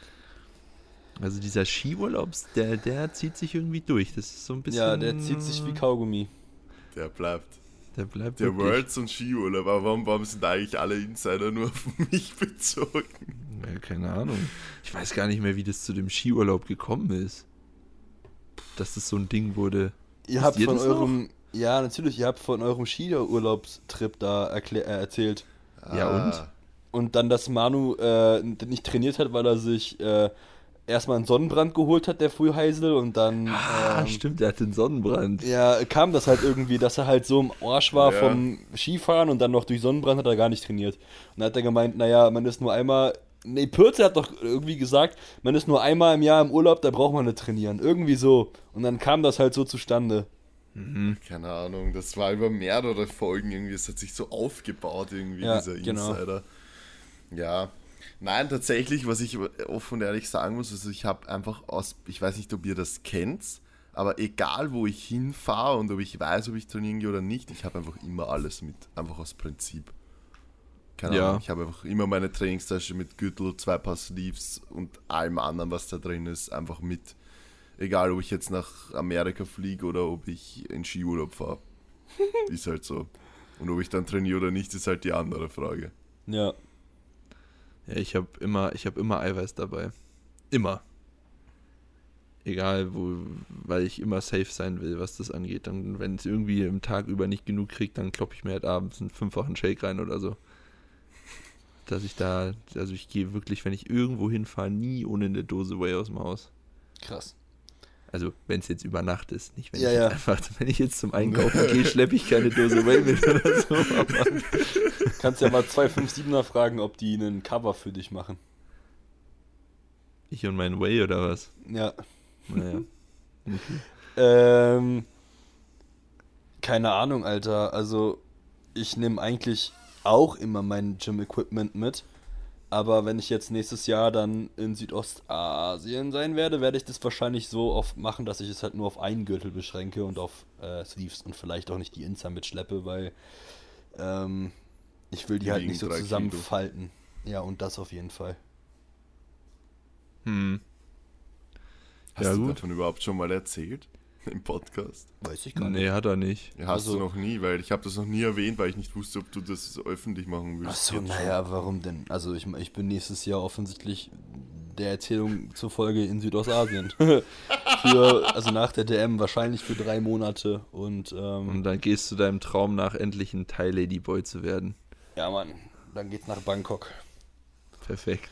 Also dieser Skiurlaub, der, der zieht sich irgendwie durch. Das ist so ein bisschen... Ja, der zieht sich wie Kaugummi. Der bleibt. Der bleibt Der wirklich... Worlds und Skiurlaub, aber warum, warum sind eigentlich alle Insider nur auf mich bezogen? Ja, keine Ahnung. Ich weiß gar nicht mehr, wie das zu dem Skiurlaub gekommen ist. Dass das so ein Ding wurde. Ihr Wisst habt ihr von das noch? eurem, ja natürlich, ihr habt von eurem Skiurlaubstrip da erklä- äh, erzählt. Ja, und? Ah, Und dann, dass Manu äh, nicht trainiert hat, weil er sich äh, erstmal einen Sonnenbrand geholt hat, der Frühheisel, und dann Ah, ähm, stimmt, der hat den Sonnenbrand. ja, kam das halt irgendwie, dass er halt so im Arsch war Ja. vom Skifahren und dann noch durch Sonnenbrand hat er gar nicht trainiert. Und dann hat er gemeint, naja, man ist nur einmal, nee, Pürze hat doch irgendwie gesagt, man ist nur einmal im Jahr im Urlaub, da braucht man nicht trainieren. Irgendwie so. Und dann kam das halt so zustande. keine Ahnung, das war über mehrere Folgen irgendwie, es hat sich so aufgebaut irgendwie, Ja, dieser genau. Insider. Ja, nein, tatsächlich, was ich offen und ehrlich sagen muss, also ich habe einfach aus, ich weiß nicht, ob ihr das kennt, aber egal, wo ich hinfahre und ob ich weiß, ob ich trainieren gehe oder nicht, ich habe einfach immer alles mit, einfach aus Prinzip. Keine Ja. Ahnung, ich habe einfach immer meine Trainingstasche mit Gürtel, zwei Paar Sleeves und allem anderen, was da drin ist, einfach mit. Egal, ob ich jetzt nach Amerika fliege oder ob ich in Skiurlaub fahre. Ist halt so. Und ob ich dann trainiere oder nicht, ist halt die andere Frage. Ja. Ja, ich habe immer, ich habe immer Eiweiß dabei. Immer. Egal, wo, weil ich immer safe sein will, was das angeht. Dann, wenn es irgendwie im Tag über nicht genug kriegt, dann kloppe ich mir halt abends einen fünffachen Shake rein oder so. Dass ich da, also ich gehe wirklich, wenn ich irgendwo hinfahre, nie ohne eine Dose Whey aus dem Haus. Krass. Also, wenn es jetzt über Nacht ist, nicht wenn Ja, ich ja. jetzt einfach, wenn ich jetzt zum Einkaufen gehe, schleppe ich keine Dose Whey mit oder so. Aber Kannst ja mal zwei fünf siebener fragen, ob die einen Cover für dich machen. ich und mein Whey oder was? Ja. Naja. Ähm, keine Ahnung, Alter. Also, ich nehme eigentlich auch immer mein Gym-Equipment mit. Aber wenn ich jetzt nächstes Jahr dann in Südostasien sein werde, werde ich das wahrscheinlich so oft machen, dass ich es halt nur auf einen Gürtel beschränke und auf äh, Sleeves und vielleicht auch nicht die Insa mitschleppe, weil ähm, ich will die, Die halt wiegen nicht so drei zusammenfalten. Ja, und das auf jeden Fall. Hm. Hast Ja, du gut. davon überhaupt schon mal erzählt? Im Podcast? Weiß ich gar nicht. Nee, hat er nicht. Ja, hast Also- du noch nie, weil ich habe das noch nie erwähnt, weil ich nicht wusste, ob du das öffentlich machen willst. Achso, Jetzt schon. naja, warum denn? Also ich, ich bin nächstes Jahr offensichtlich der Erzählung zufolge in Südostasien. für, also nach der D M wahrscheinlich für drei Monate und ähm, Und dann gehst du deinem Traum nach, endlich ein Thai-Ladyboy zu werden. ja Mann, dann geht's nach Bangkok. Perfekt.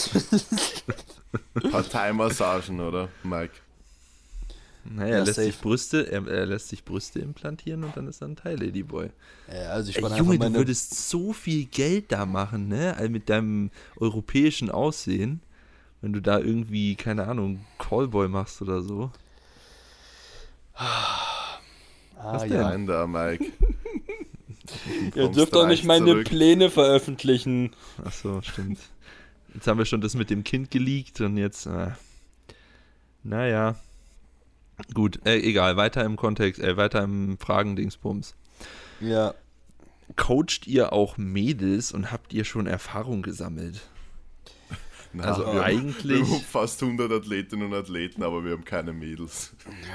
Parteimassagen, oder, Mike? Naja, Ja, er, lässt safe. sich Brüste, er, er lässt sich Brüste implantieren und dann ist er ein Thai-Ladyboy. Ja, also ich Ey, spann Junge, einfach du meine, würdest so viel Geld da machen, ne? All mit deinem europäischen Aussehen. Wenn du da irgendwie, keine Ahnung, Callboy machst oder so. ah, was ja. denn? Nein, da, Mike. Ihr Kommst dürft doch reich nicht meine zurück. Pläne veröffentlichen. Ach so, stimmt. Jetzt haben wir schon das mit dem Kind geleakt und jetzt, äh, naja. Gut, äh, egal, weiter im Kontext, äh, weiter im Fragen-Dingsbums. Ja, Coacht ihr auch Mädels und habt ihr schon Erfahrung gesammelt? Na, Also wir haben- eigentlich- Wir haben fast hundert Athletinnen und Athleten, aber wir haben keine Mädels.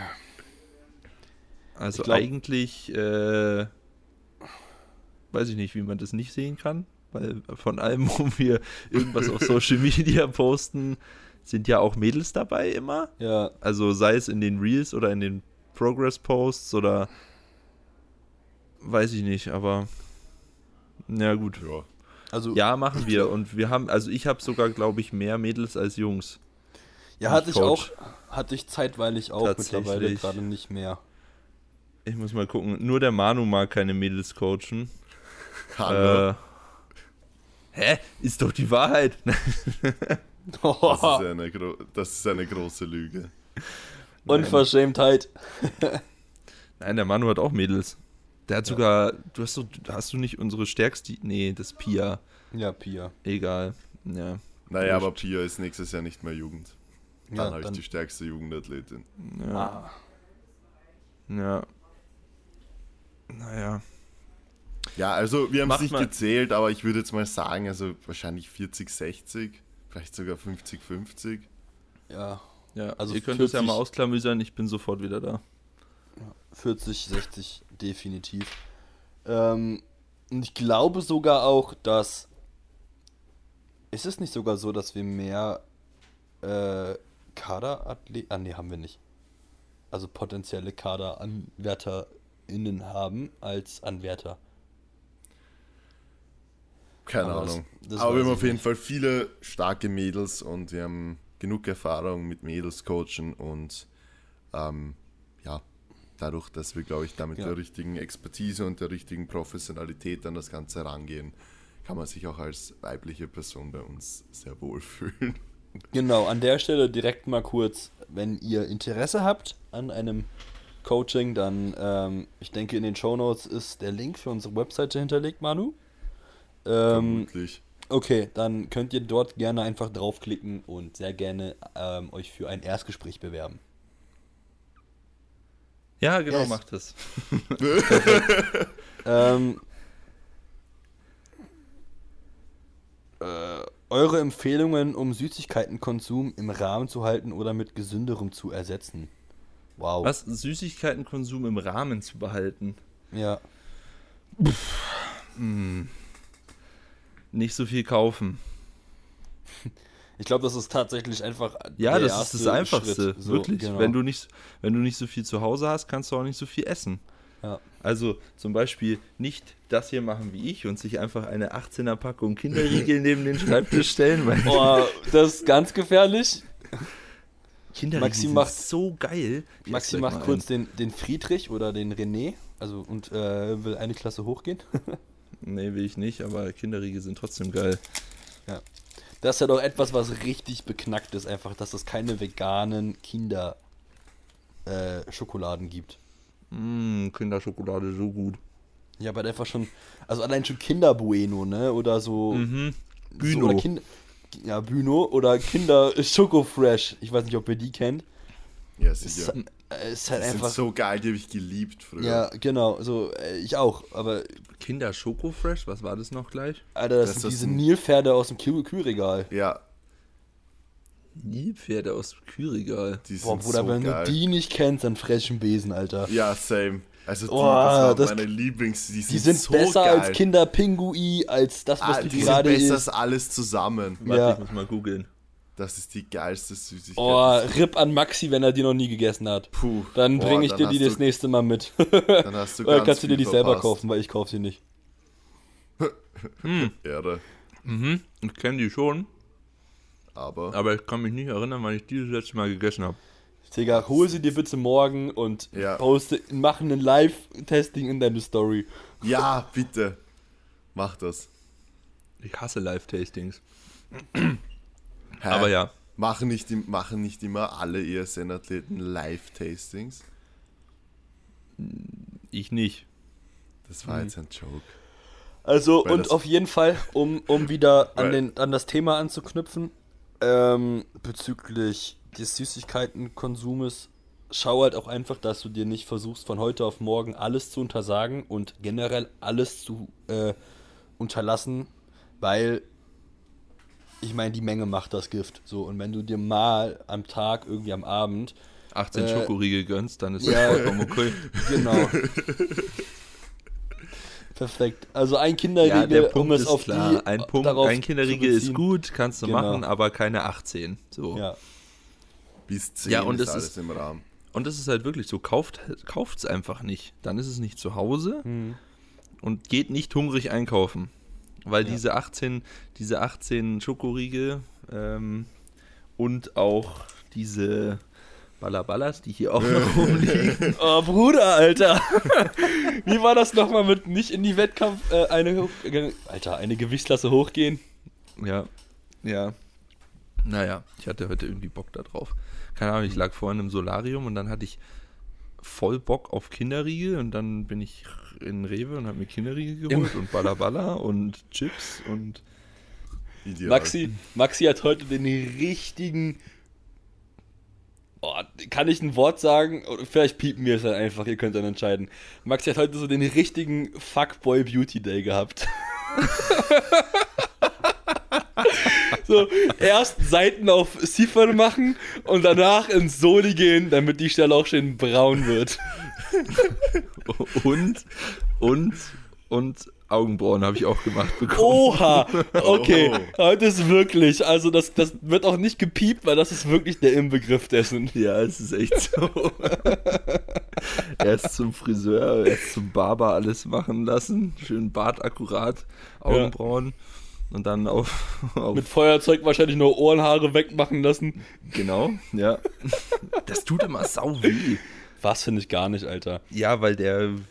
Also Ich glaub- eigentlich, äh, weiß ich nicht, wie man das nicht sehen kann, weil von allem, wo wir irgendwas auf Social Media posten, sind ja auch Mädels dabei immer. ja. Also sei es in den Reels oder in den Progress-Posts oder weiß ich nicht, aber Ja, gut. Ja. Also, Ja, machen wir. Und wir haben, also ich habe sogar, glaube ich, mehr Mädels als Jungs. ja, hatte ich Coach. auch, hatte ich zeitweilig auch, Tatsächlich. mittlerweile gerade nicht mehr. Ich muss mal gucken. Nur der Manu mag keine Mädels coachen. Hallo. Äh, hä? Ist doch die Wahrheit. Das ist, eine, gro- das ist eine große Lüge. Unverschämtheit. Nein, der Manu hat auch Mädels. Der hat sogar, du hast so, hast du nicht unsere stärkste, nee, das Pia. Ja, Pia. Egal. Ja. Naja, Wurscht. aber Pia ist nächstes Jahr nicht mehr Jugend. Dann Ja, habe ich dann, die stärkste Jugendathletin. Ja. ah, Ja. Naja. Ja, also wir haben es Macht nicht mal- gezählt, aber ich würde jetzt mal sagen, also wahrscheinlich vierzig sechzig, vielleicht sogar fünfzig fünfzig. ja, Ja, Also also ihr könnt es ja vierzig mal ausklamüsern, ich bin sofort wieder da. vierzig, sechzig definitiv. Ähm, und ich glaube sogar auch, dass. Ist es nicht sogar so, dass wir mehr äh, Kaderathleten. Ah, nee, haben wir nicht. Also potenzielle KaderanwärterInnen haben als Anwärter. Keine Aber das- Ahnung. das aber wir weiß haben ich auf jeden nicht. Fall viele starke Mädels und wir haben genug Erfahrung mit Mädels coachen und ähm, ja, dadurch, dass wir, glaube ich, da mit Ja. der richtigen Expertise und der richtigen Professionalität an das Ganze rangehen, kann man sich auch als weibliche Person bei uns sehr wohl fühlen. Genau, an der Stelle direkt mal kurz, wenn ihr Interesse habt an einem Coaching, dann, ähm, ich denke, in den Shownotes ist der Link für unsere Webseite hinterlegt, Manu. Ähm, Vermutlich. okay, dann könnt ihr dort gerne einfach draufklicken und sehr gerne ähm, euch für ein Erstgespräch bewerben. Ja, genau, Yes. macht das. Ähm, äh, eure Empfehlungen, um Süßigkeitenkonsum im Rahmen zu halten oder mit gesünderem zu ersetzen. Wow. Was? Süßigkeitenkonsum im Rahmen zu behalten. Ja. Nicht so viel kaufen. Ich glaube, das ist tatsächlich einfach. Ja, der das ist das erste Einfachste. Schritt. So, Wirklich. genau. Wenn du nicht, wenn du nicht so viel zu Hause hast, kannst du auch nicht so viel essen. Ja. Also zum Beispiel nicht das hier machen wie ich und sich einfach eine achtzehner Packung Kinderriegel neben den Schreibtisch stellen, weil Oh, das ist ganz gefährlich. Kinderriegel Maxi sind macht- so geil. Ich Maxi ess gleich macht mal kurz den, den Friedrich oder den René, also und äh, will eine Klasse hochgehen. einen. Nee, will ich nicht, aber Kinderriegel sind trotzdem geil. Ja. Das ist ja doch etwas, was richtig beknackt ist, einfach, dass es keine veganen Kinder äh, Schokoladen gibt. Mmh, Kinderschokolade so gut. Ja, aber einfach schon, also allein schon Kinder Bueno, ne? Oder so. Mhm. So, Büno. oder Kinder. Ja, Büno oder Kinder Schoko Fresh. Ich weiß nicht, ob ihr die kennt. Ja, Ist, sicher. äh, ist halt Die sind einfach. so geil, die habe ich geliebt früher. Ja, genau, so, äh, ich auch, aber Kinder Schoko Fresh, was war das noch gleich? Alter, das, Das sind ist diese ein- Nilpferde aus dem Kühl Kühlregal. Ja, Nilpferde aus dem Kühlregal. die sind Boah, Bruder, so wenn geil. du die nicht kennst, dann fress einen Besen, Alter. Ja, same. Also die, Oh, das war das- meine Lieblings. Die sind, Die sind so besser geil. als Kinderpingui, als das, was Ah, du die sind gerade besser isst. als alles zusammen. Warte, Ja. ich muss mal googeln. Das ist die geilste Süßigkeit. Oh, Rip an Maxi, wenn er die noch nie gegessen hat. Puh. Dann Boah, bringe ich dann dir die hast das du- nächste Mal mit. Dann hast du Oder ganz kannst du dir die viel selber verpasst. kaufen, weil ich kaufe sie nicht. Ehre. Mhm, ich kenne die schon, Aber aber ich kann mich nicht erinnern, wann ich die das letzte Mal gegessen habe. Digga, hol sie dir bitte morgen und Ja. poste, mach ein Live-Testing in deine Story. ja, bitte. Mach das. Ich hasse Live-Tastings. Hä? Aber ja. Machen nicht, im- machen nicht immer alle E S N-Athleten Live-Tastings? Ich nicht. Das war jetzt ein Joke. Also, Weil und das- auf jeden Fall, um, um wieder an, Weil- den, an das Thema anzuknüpfen, ähm, bezüglich des Süßigkeitenkonsumes, schau halt auch einfach, dass du dir nicht versuchst, von heute auf morgen alles zu untersagen und generell alles zu äh, unterlassen, weil, ich meine, die Menge macht das Gift. So, und wenn du dir mal am Tag, irgendwie am Abend, achtzehn Äh, Schokoriegel gönnst, dann ist ja. das vollkommen okay. genau. Perfekt. Also ein Kinderriegel, um es auf die Ein Punkt, darauf ein Kinderriegel zu ist beziehen. gut, kannst du Genau. machen, aber keine achtzehn. So. Ja. Bis zehn Ja, und ist das alles ist- im Rahmen. Und das ist halt wirklich so, kauft es einfach nicht. Dann ist es nicht zu Hause. Mhm. und geht nicht hungrig einkaufen. Weil Ja. diese achtzehn, diese achtzehn Schokoriegel ähm, und auch diese Ballaballas, die hier auch noch rumliegen. Oh, Bruder, Alter. Wie war das nochmal mit nicht in die Wettkampf, äh, eine, äh, Alter, eine Gewichtsklasse hochgehen? Ja, ja. Naja, ich hatte heute irgendwie Bock da drauf. Keine Ahnung, ich lag vorhin im Solarium und dann hatte ich voll Bock auf Kinderriegel und dann bin ich in Rewe und habe mir Kinderriegel geholt und Ballaballa und Chips und Ideal. Maxi, Maxi hat heute den richtigen. Oh, kann ich ein Wort sagen? Oder vielleicht piepen wir es dann einfach, ihr könnt dann entscheiden. Maxi hat heute so den richtigen Fuckboy Beauty Day gehabt. So, erst Seiten auf Siffer machen und danach ins Soli gehen, damit die Stelle auch schön braun wird. und und und Augenbrauen habe ich auch gemacht bekommen. Oha, okay, Oh. heute ist wirklich, also das, das wird auch nicht gepiept, weil das ist wirklich der Inbegriff dessen. Ja, es ist echt so. Erst zum Friseur, erst zum Barber alles machen lassen. Schön Bart akkurat, Augenbrauen. Und dann auf, auf Mit Feuerzeug wahrscheinlich nur Ohrenhaare wegmachen lassen. genau, ja. Das tut immer sau weh. Was finde ich gar nicht, Alter. Ja, weil der äh,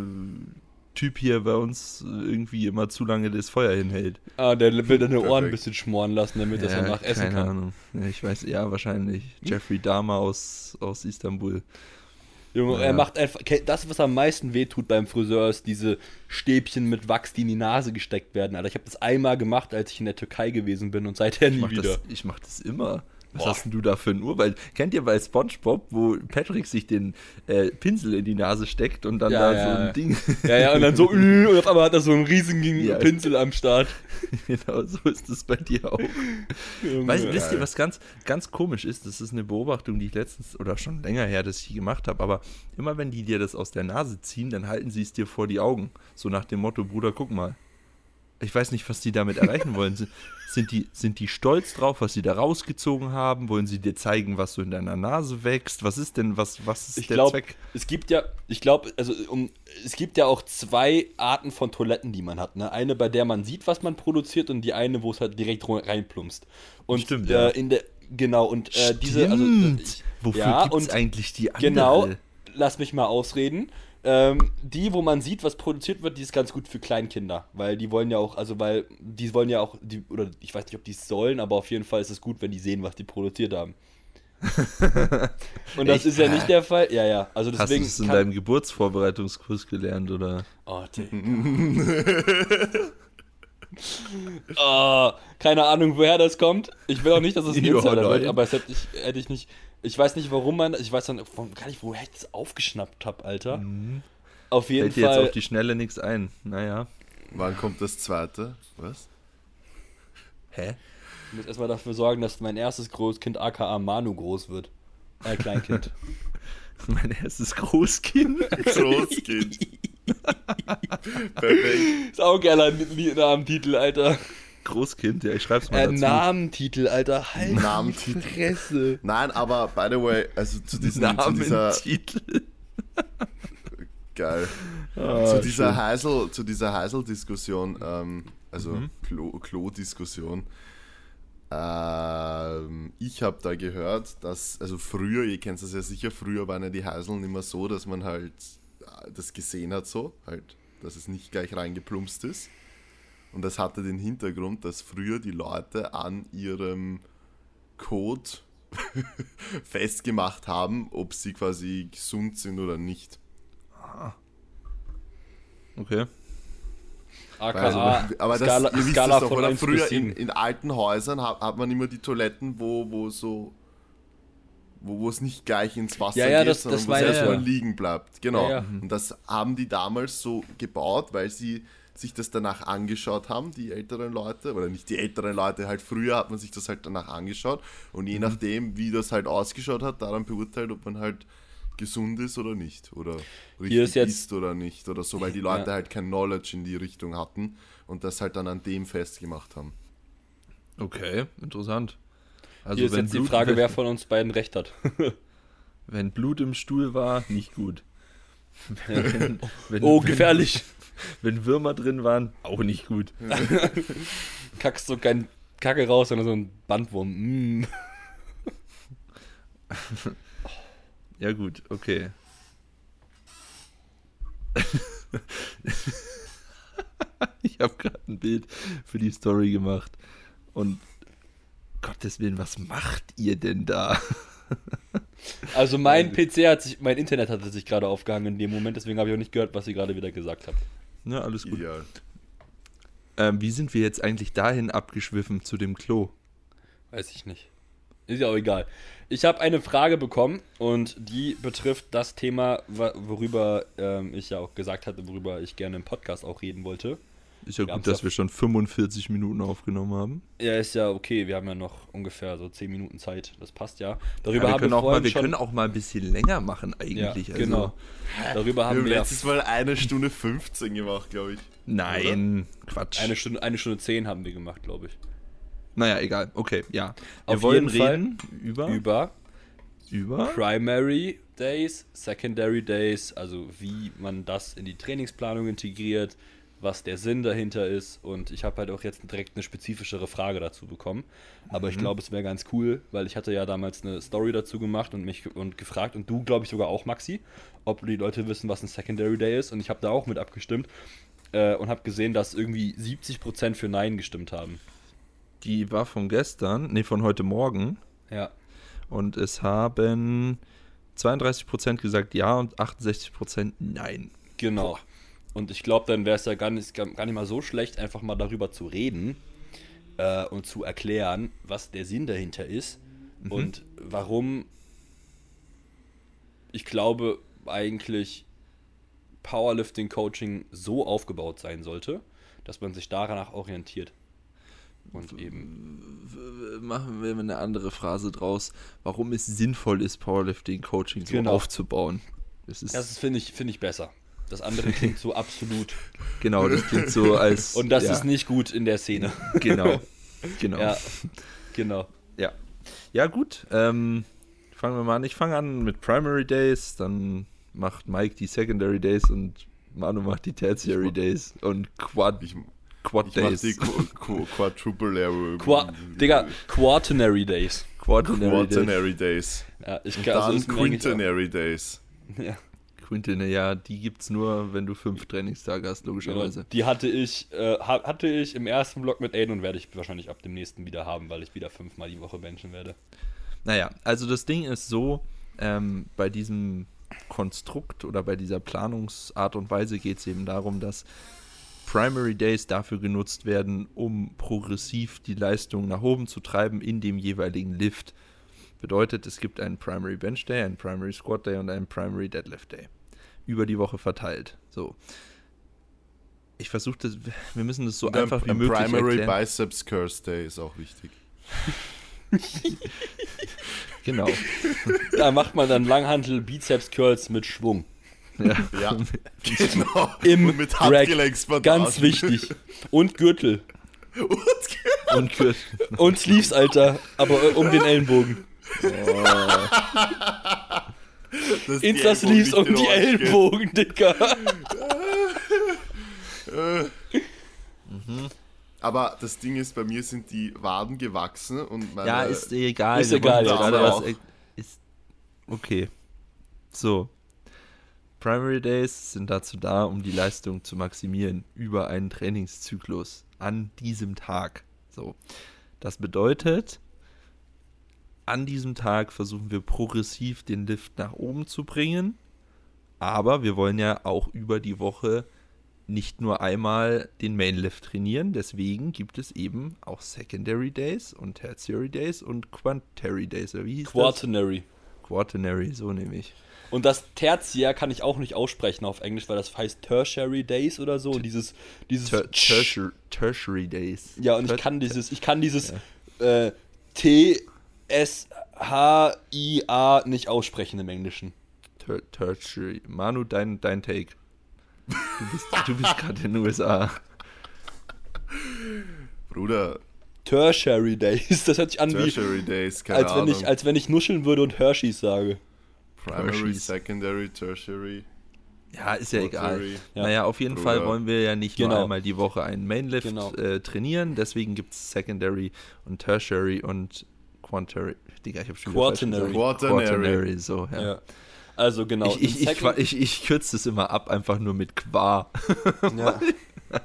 Typ hier bei uns irgendwie immer zu lange das Feuer hinhält. Ah, der will deine Ohren ein Perfekt. bisschen schmoren lassen, damit er es danach essen keine kann. Ahnung. Ja, ich weiß, ja, wahrscheinlich. Jeffrey Dahmer aus, aus Istanbul. Junge, Ja. er macht einfach. Das, was am meisten wehtut beim Friseur, ist diese Stäbchen mit Wachs, die in die Nase gesteckt werden. Alter, ich habe das einmal gemacht, als ich in der Türkei gewesen bin und seither Ich nie mach, wieder. das, ich mach das immer. Was Boah. hast denn du da für ein Urwald? Kennt ihr bei SpongeBob, wo Patrick sich den äh, Pinsel in die Nase steckt und dann Ja, da ja, so ja. ein Ding. Ja, ja, und dann so, äh, und auf einmal hat er so einen riesigen Ja. Pinsel am Start. Genau, so ist es bei dir auch. Junge, Weißt, wisst ihr, geil. was ganz, ganz komisch ist? Das ist eine Beobachtung, die ich letztens oder schon länger her, dass ich gemacht habe, aber immer wenn die dir das aus der Nase ziehen, dann halten sie es dir vor die Augen. So nach dem Motto, Bruder, guck mal. Ich weiß nicht, was die damit erreichen wollen. Sind, sind, die, sind die stolz drauf, was sie da rausgezogen haben? Wollen sie dir zeigen, was so in deiner Nase wächst? Was ist denn, was, was ist Ich der glaube, Zweck? es gibt ja, ich glaube, also um, es gibt ja auch zwei Arten von Toiletten, die man hat. Ne? Eine, bei der man sieht, was man produziert, und die eine, wo es halt direkt ro- reinplumpst. Und Stimmt, äh, ja. in der, genau, und äh, diese, also Stimmt. äh, ich- Wofür ja, gibt es und eigentlich die andere? genau, lass mich mal ausreden. Ähm, die, wo man sieht, was produziert wird, die ist ganz gut für Kleinkinder, weil die wollen ja auch, also weil die wollen ja auch, die, oder ich weiß nicht, ob die es sollen, aber auf jeden Fall ist es gut, wenn die sehen, was die produziert haben. Und das Echt? ist ja nicht der Fall. Ja, ja, also Hast du deswegen das in kann- deinem Geburtsvorbereitungskurs gelernt, oder? Oh, Digga. Oh, keine Ahnung, woher das kommt. Ich will auch nicht, dass es ein Ja, Insider wird, nein. aber das hätte ich, hätte ich nicht. Ich weiß nicht, warum man. Ich weiß dann gar nicht, woher ich das aufgeschnappt habe, Alter. Auf jeden Fällt dir jetzt Fall. auf die Schnelle nichts ein. Naja. Wann kommt das zweite? Was? Hä? Ich muss erstmal dafür sorgen, dass mein erstes Großkind aka Manu groß wird. Äh, Kleinkind. Mein erstes Großkind. Großkind. Perfekt. Ist auch ein geiler Namentitel, Alter. Großkind, ja, ich schreib's mal Äh, dazu. Namentitel, Alter. Halt Namentitel. die Fresse. Nein, aber by the way, also zu diesem zu dieser Namentitel. geil. Ah, zu dieser schön. Heisel, zu dieser Heisel-Diskussion, ähm, also Mhm. Klo, Klo-Diskussion. Ähm, ich habe da gehört, dass, also früher, ihr kennt das ja sicher, früher waren ja die Heiseln immer so, dass man halt äh, das gesehen hat so, halt, dass es nicht gleich reingeplumpst ist. Und das hatte den Hintergrund, dass früher die Leute an ihrem Code festgemacht haben, ob sie quasi gesund sind oder nicht. Okay. aka Also, aber das, Skala, ihr wisst Skala das doch, von oder? eins bis Früher in, sieben. in alten Häusern hat, hat man immer die Toiletten, wo, wo so wo, wo es nicht gleich ins Wasser Ja, ja, geht, das- sondern das wo es meine ich, erstmal ja. liegen bleibt. Genau. Ja, ja. Und das haben die damals so gebaut, weil sie sich das danach angeschaut haben, die älteren Leute, oder nicht die älteren Leute, halt früher hat man sich das halt danach angeschaut und Mhm. je nachdem, wie das halt ausgeschaut hat, daran beurteilt, ob man halt gesund ist oder nicht oder richtig Hier ist jetzt- isst oder nicht oder so, weil die Leute Ja. halt kein Knowledge in die Richtung hatten und das halt dann an dem festgemacht haben. Okay, interessant. Also Hier ist wenn jetzt die Blut, Frage, wenn, wer von uns beiden recht hat. wenn Blut im Stuhl war, nicht gut. Wenn, wenn, Oh, gefährlich. Wenn, wenn Würmer drin waren, auch nicht gut. Kackst so kein Kacke raus, sondern so ein Bandwurm. Mm. Ja gut, okay. Ich habe gerade ein Bild für die Story gemacht und Gottes Willen, was macht ihr denn da? Also mein P C hat sich, mein Internet hatte sich gerade aufgehangen in dem Moment, deswegen habe ich auch nicht gehört, was ihr gerade wieder gesagt habt. Ja, alles gut. Ideal. Ähm, wie sind wir jetzt eigentlich dahin abgeschwiffen zu dem Klo? Weiß ich nicht. Ist ja auch egal. Ich habe eine Frage bekommen und die betrifft das Thema, worüber ähm, ich ja auch gesagt hatte, worüber ich gerne im Podcast auch reden wollte. Ist ja Wir gut, haben's dass ja- wir schon fünfundvierzig Minuten aufgenommen haben. Ja, ist ja okay. Wir haben ja noch ungefähr so zehn Minuten Zeit. Das passt ja. Ja, Darüber wir haben können, wir auch mal, vorhin wir schon... können auch mal ein bisschen länger machen eigentlich. ja, also, genau. Darüber Wir haben haben wir letztes Mal eine Stunde fünfzehn gemacht, glaube ich. Nein, Quatsch. eine Stunde, eine Stunde zehn haben wir gemacht, glaube ich. Naja, egal. Okay, ja. Wir Auf wollen jeden Fall reden über... Über über Primary Days, Secondary Days, also wie man das in die Trainingsplanung integriert, was der Sinn dahinter ist. Und ich habe halt auch jetzt direkt eine spezifischere Frage dazu bekommen. Aber ich glaube, es wäre ganz cool, weil ich hatte ja damals eine Story dazu gemacht und mich und gefragt, und du, glaube ich, sogar auch, Maxi, ob die Leute wissen, was ein Secondary Day ist. Und ich habe da auch mit abgestimmt äh, und habe gesehen, dass irgendwie siebzig Prozent für Nein gestimmt haben. Die war von gestern, nee, von heute Morgen. Ja. Und es haben zweiunddreißig Prozent gesagt ja und achtundsechzig Prozent nein. Genau. Und ich glaube, dann wäre es ja gar nicht, gar nicht mal so schlecht, einfach mal darüber zu reden äh, und zu erklären, was der Sinn dahinter ist Mhm. und warum ich glaube, eigentlich Powerlifting-Coaching so aufgebaut sein sollte, dass man sich danach orientiert. Und eben. W- Machen wir eine andere Phrase draus, warum es sinnvoll ist, Powerlifting-Coaching so Genau. aufzubauen. Das ist, Das finde ich, find ich besser. Das andere klingt so absolut. genau, das klingt so als... Und das ja, ist nicht gut in der Szene. Genau, genau. Ja, genau. Ja, ja gut. Ähm, fangen wir mal an. Ich fange an mit Primary Days, dann macht Mike die Secondary Days und Manu macht die Tertiary Days und Quad, Ich, Quad ich mach Days. die Qu Qu Quadruple Arrow. Qua Digga, Quaternary Days. Quaternary Days. Quaternary Days. Ja, ich Und kann also dann ist mir eigentlich Quintenary Days. auch- Ja, Quintine, ja, die gibt's nur, wenn du fünf Trainingstage hast, genau. logischerweise. Die hatte ich, äh, ha- hatte ich im ersten Block mit Aiden und werde ich wahrscheinlich ab dem nächsten wieder haben, weil ich wieder fünfmal die Woche benchen werde. Naja, also das Ding ist so, ähm, bei diesem Konstrukt oder bei dieser Planungsart und Weise geht es eben darum, dass Primary Days dafür genutzt werden, um progressiv die Leistung nach oben zu treiben in dem jeweiligen Lift. Bedeutet, es gibt einen Primary Bench Day, einen Primary Squat Day und einen Primary Deadlift Day. Über die Woche verteilt. So. Ich versuche das, wir müssen das so Und dann einfach wie im möglich Primary erklären. Biceps Curse Day ist auch wichtig. Genau. Da macht man dann Langhantel Bizeps Curls mit Schwung. Ja. Ja, genau. Im Und mit Rack. Handgelenksbandagen. Ganz wichtig. Und Gürtel. Und Kür- Und Sleeves, Alter. Aber äh, um den Ellenbogen. Dass die Insta-Sleeves um Ellbogen die nicht in den Arsch gehen. Ellenbogen, Dicker. Aber das Ding ist, bei mir sind die Waden gewachsen und meine... Ja, ist egal. Ist wir egal, wollen ja. gerade Aber was e- ist okay. So. Primary Days sind dazu da, um die Leistung zu maximieren über einen Trainingszyklus an diesem Tag. So. Das bedeutet, an diesem Tag versuchen wir progressiv den Lift nach oben zu bringen, aber wir wollen ja auch über die Woche nicht nur einmal den Mainlift trainieren, deswegen gibt es eben auch Secondary Days und Tertiary Days und Quaternary Days, oder wie hieß Quaternary. das? Quaternary, so nehme ich. Und das Tertiär kann ich auch nicht aussprechen auf Englisch, weil das heißt Tertiary Days oder so. Und dieses, dieses Ter Tertiary, Tertiary Days. Ja, und ich Ter- kann dieses, ich kann dieses äh, T S H I A nicht aussprechen im Englischen. Ter Tertiary. Manu, dein, dein Take. Du bist, du bist gerade in den U S A. Bruder, Tertiary Days, das hört sich an Tertiary Days, wie, keine als wenn, Ahnung. ich, als wenn ich nuscheln würde und Hershey's sage. Primary, Hershey's. Secondary, Tertiary. Ja, ist ja egal. Rotary. Ja. Naja, auf jeden Oder- Fall wollen wir ja nicht Genau. nur einmal die Woche einen Mainlift Genau. äh, trainieren, deswegen gibt es Secondary und Tertiary und Quaternary. Digga, ich hab schon wieder falsch Quaternary. gesagt. Quaternary. Quaternary, so, ja. Ja. Also genau. Ich, ich, im ich, Second- ich, ich kürze das immer ab, einfach nur mit Qua. Ja. Ja.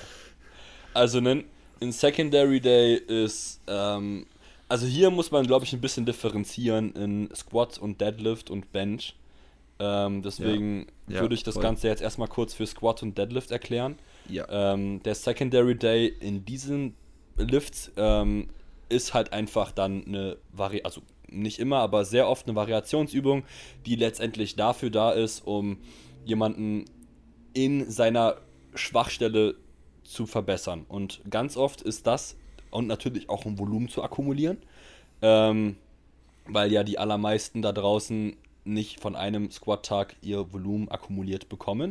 Also ein, ein Secondary Day ist, ähm, also hier muss man, glaube ich, ein bisschen differenzieren in Squat und Deadlift und Bench. Ähm, deswegen Ja, würde ich das voll. Ganze jetzt erstmal kurz für Squat und Deadlift erklären. Ja. Ähm, der Secondary Day in diesen Lifts ähm, ist halt einfach dann eine Vari also nicht immer, aber sehr oft eine Variationsübung, die letztendlich dafür da ist, um jemanden in seiner Schwachstelle zu verbessern. Und ganz oft ist das, und natürlich auch um Volumen zu akkumulieren, ähm, weil ja die allermeisten da draußen nicht von einem Squat-Tag ihr Volumen akkumuliert bekommen.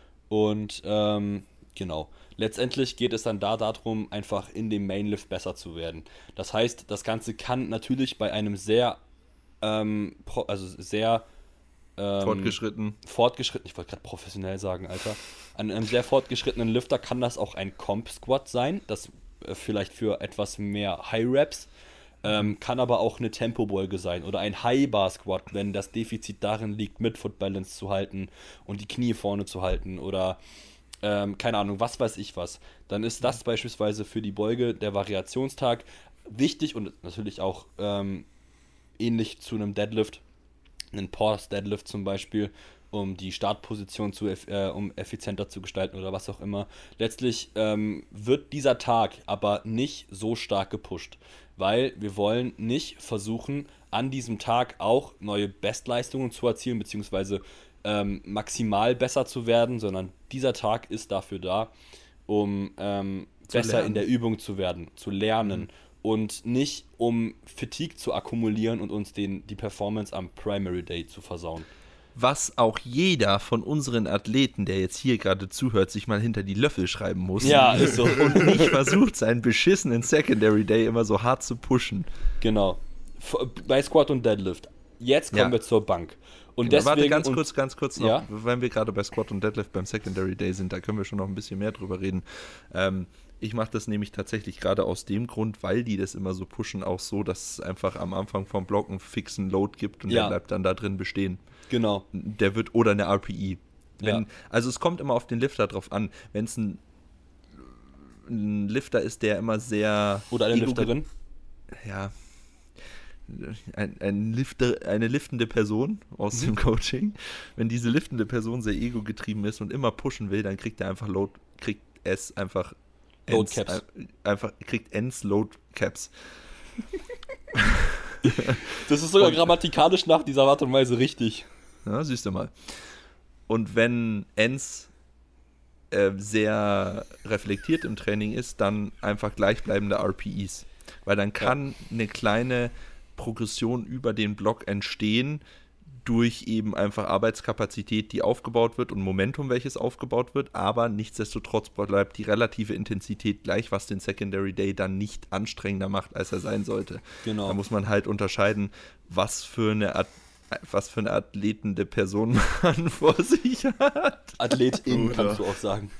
Und ähm, genau, letztendlich geht es dann da darum, einfach in dem Mainlift besser zu werden. Das heißt, das Ganze kann natürlich bei einem sehr, ähm, pro, also sehr ähm, Fortgeschritten. fortgeschritten, ich wollte gerade professionell sagen, Alter, an einem sehr fortgeschrittenen Lifter kann das auch ein Comp-Squat sein, das äh, vielleicht für etwas mehr High-Reps, ähm, kann aber auch eine Tempobeuge sein oder ein High-Bar-Squat, wenn das Defizit darin liegt, mit Foot-Balance zu halten und die Knie vorne zu halten oder ähm, keine Ahnung, was weiß ich was. Dann ist das beispielsweise für die Beuge der Variationstag wichtig und natürlich auch ähm, ähnlich zu einem Deadlift, einen Pause-Deadlift zum Beispiel, um die Startposition zu, eff- äh, um effizienter zu gestalten oder was auch immer. Letztlich ähm, wird dieser Tag aber nicht so stark gepusht, weil wir wollen nicht versuchen, an diesem Tag auch neue Bestleistungen zu erzielen, beziehungsweise ähm, maximal besser zu werden, sondern dieser Tag ist dafür da, um ähm, besser lernen. in der Übung zu werden, zu lernen. Und nicht um Fatigue zu akkumulieren und uns den, die Performance am Primary Day zu versauen. Was auch jeder von unseren Athleten, der jetzt hier gerade zuhört, sich mal hinter die Löffel schreiben muss. Ja, ist so. Und nicht versucht, seinen beschissenen Secondary Day immer so hart zu pushen. Genau. F- Bei Squat und Deadlift. Jetzt kommen Ja. wir zur Bank. Und Genau, deswegen, warte, ganz und, kurz, ganz kurz noch, Ja? wenn wir gerade bei Squat und Deadlift beim Secondary Day sind, da können wir schon noch ein bisschen mehr drüber reden. Ähm, ich mache das nämlich tatsächlich gerade aus dem Grund, weil die das immer so pushen, auch so, dass es einfach am Anfang vom Block einen fixen Load gibt und Ja. der bleibt dann da drin bestehen. Genau. Der wird, oder eine R P E. Wenn, Ja. Also es kommt immer auf den Lifter drauf an. Wenn es ein, ein Lifter ist, der immer sehr... Oder eine ego- Lifterin. Ja, ein, ein Lifter, eine liftende Person aus dem Coaching, wenn diese liftende Person sehr ego-getrieben ist und immer pushen will, dann kriegt er einfach Load, kriegt es einfach Load Ends, Caps. ein- einfach kriegt Ends Load Caps. Das ist sogar grammatikalisch nach dieser Art und Weise richtig. Ja, siehst du mal. Und wenn Ends äh, sehr reflektiert im Training ist, dann einfach gleichbleibende R P Es. Weil dann kann eine kleine Progression über den Block entstehen durch eben einfach Arbeitskapazität, die aufgebaut wird und Momentum, welches aufgebaut wird, aber nichtsdestotrotz bleibt die relative Intensität gleich, was den Secondary Day dann nicht anstrengender macht, als er sein sollte. Genau. Da muss man halt unterscheiden, was für eine Art was für eine athletende Person man vor sich hat. Athletin Bruder. kannst du auch sagen.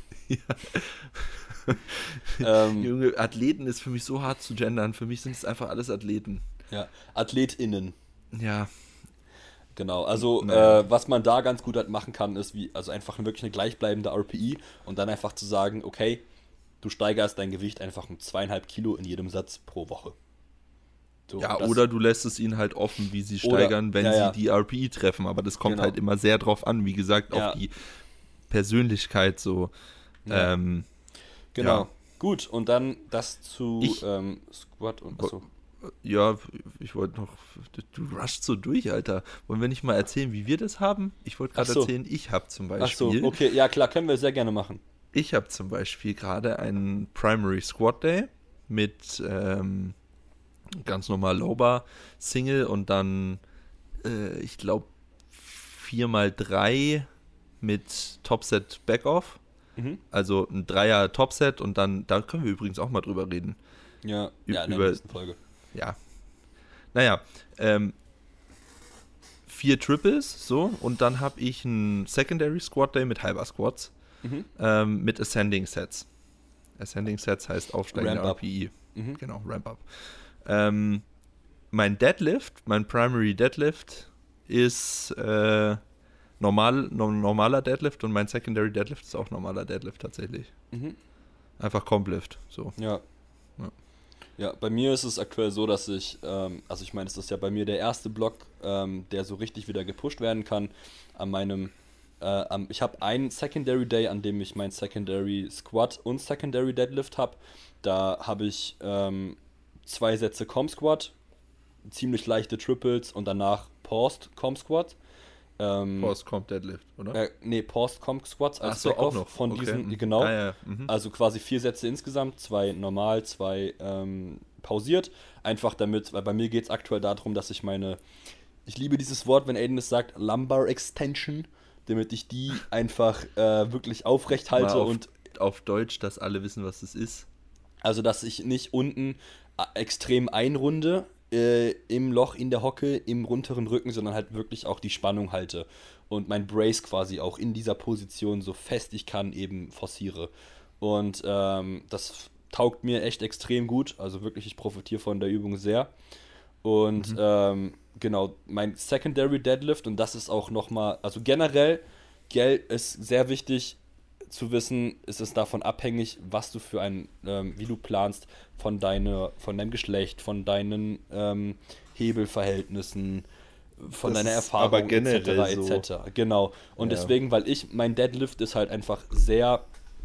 ähm, Junge, Athleten ist für mich so hart zu gendern. Für mich sind es einfach alles Athleten. ja, AthletInnen. Ja, Genau, also Naja. äh, was man da ganz gut halt machen kann, ist wie, also einfach wirklich eine gleichbleibende R P E und dann einfach zu sagen, okay, du steigerst dein Gewicht einfach um zweieinhalb Kilo in jedem Satz pro Woche. So, ja das- oder du lässt es ihnen halt offen, wie sie Oder- steigern, wenn ja, ja. sie die R P E treffen. Aber das kommt Genau. halt immer sehr drauf an, wie gesagt, Ja. auf die Persönlichkeit so. Ja. Ähm, Genau. Ja. Gut, und dann das zu Ich- ähm, Squat und achso. ja, ich wollte noch, du rushst so durch, Alter. Wollen wir nicht mal erzählen, wie wir das haben? Ich wollte gerade Ach so. erzählen, ich habe zum Ach so, Beispiel, okay, ja klar, können wir sehr gerne machen. ich habe zum Beispiel gerade einen Primary Squat Day mit ähm, ganz normal Low Bar Single und dann, äh, ich glaube, vier mal drei mit Topset Backoff. Mhm. Also ein Dreier Topset und dann, da können wir übrigens auch mal drüber reden. Ja, Ü- ja in der über- nächsten Folge. Ja. Naja, ähm, vier Triples, so, und dann habe ich einen Secondary Squat Day mit halber Squats, Mhm. ähm, mit Ascending Sets. Ascending Sets heißt aufsteigende Ramp up. R P E. Mhm. Genau, Ramp Up. Ähm, mein Deadlift, mein Primary Deadlift ist äh, normal, no, normaler Deadlift und mein Secondary Deadlift ist auch normaler Deadlift tatsächlich. Mhm. Einfach Complift, so. Ja. Ja. Ja, bei mir ist es aktuell so, dass ich, ähm, also ich meine, es ist ja bei mir der erste Block, ähm, der so richtig wieder gepusht werden kann. An meinem, äh, am, ich habe einen Secondary Day, an dem ich mein Secondary Squat und Secondary Deadlift habe. Da habe ich ähm, zwei Sätze Com Squat, ziemlich leichte Triples und danach Paused Com Squat. Ähm, Post kommt Deadlift, oder? Äh, nee, Post-Com-Squats als Ach so, auch Backoff noch. von Okay. diesen, Mhm. genau. Ah, ja. Mhm. Also quasi vier Sätze insgesamt, zwei normal, zwei ähm, pausiert. Einfach damit, weil bei mir geht es aktuell darum, dass ich meine, ich liebe dieses Wort, wenn Aiden es sagt, Lumbar Extension, damit ich die einfach äh, wirklich aufrecht halte Mal auf, und auf Deutsch, dass alle wissen, was das ist. also, dass ich nicht unten äh, extrem einrunde äh, im Loch in der Hocke, im runteren Rücken, sondern halt wirklich auch die Spannung halte und mein Brace quasi auch in dieser Position so fest ich kann eben forciere. Und ähm, das taugt mir echt extrem gut. Also wirklich, ich profitiere von der Übung sehr. Und Mhm. ähm, genau, mein Secondary Deadlift, und das ist auch nochmal, also generell, gell, ist sehr wichtig zu wissen, ist es davon abhängig, was du für ein, ähm, wie du planst, von deiner, von deinem Geschlecht, von deinen ähm, Hebelverhältnissen, von Das deiner ist Erfahrung aber generell et cetera so. et cetera. Genau. Und Ja. deswegen, weil ich, mein Deadlift ist halt einfach sehr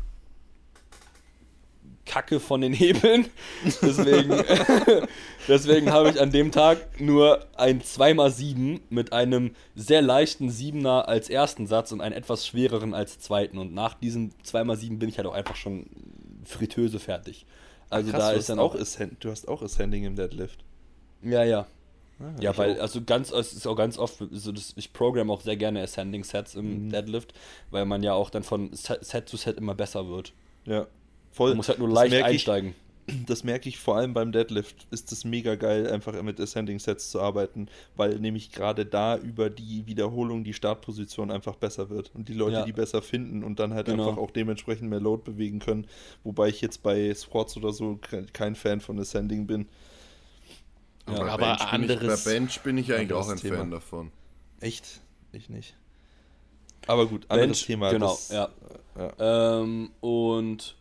kacke von den Hebeln. Deswegen, deswegen habe ich an dem Tag nur ein zwei mal sieben mit einem sehr leichten Siebener als ersten Satz und einen etwas schwereren als zweiten. Und nach diesem zwei mal sieben bin ich halt auch einfach schon Fritteuse fertig. Also Krass, da du ist hast dann auch auch. Ascend, du hast auch Ascending im Deadlift. Ja, ja. Ah, Ja, ich weil, auch. also ganz, es ist auch ganz oft, so das, ich programme auch sehr gerne Ascending Sets im Mhm. Deadlift, weil man ja auch dann von Set, Set zu Set immer besser wird. Ja, voll. Man muss halt nur Das leicht merke ich- einsteigen. Das merke ich vor allem beim Deadlift. Ist das mega geil, einfach mit Ascending Sets zu arbeiten, weil nämlich gerade da über die Wiederholung die Startposition einfach besser wird und die Leute Ja. die besser finden und dann halt Genau. einfach auch dementsprechend mehr Load bewegen können. Wobei ich jetzt bei Squats oder so ke- kein Fan von Ascending bin. Ja. bei, aber Bench bin ich, anderes- bei Bench bin ich eigentlich auch ein anderes Thema. Fan davon. Echt? Ich nicht. Aber gut, anderes Bench, Thema. genau, das, ja. ja. Ähm, und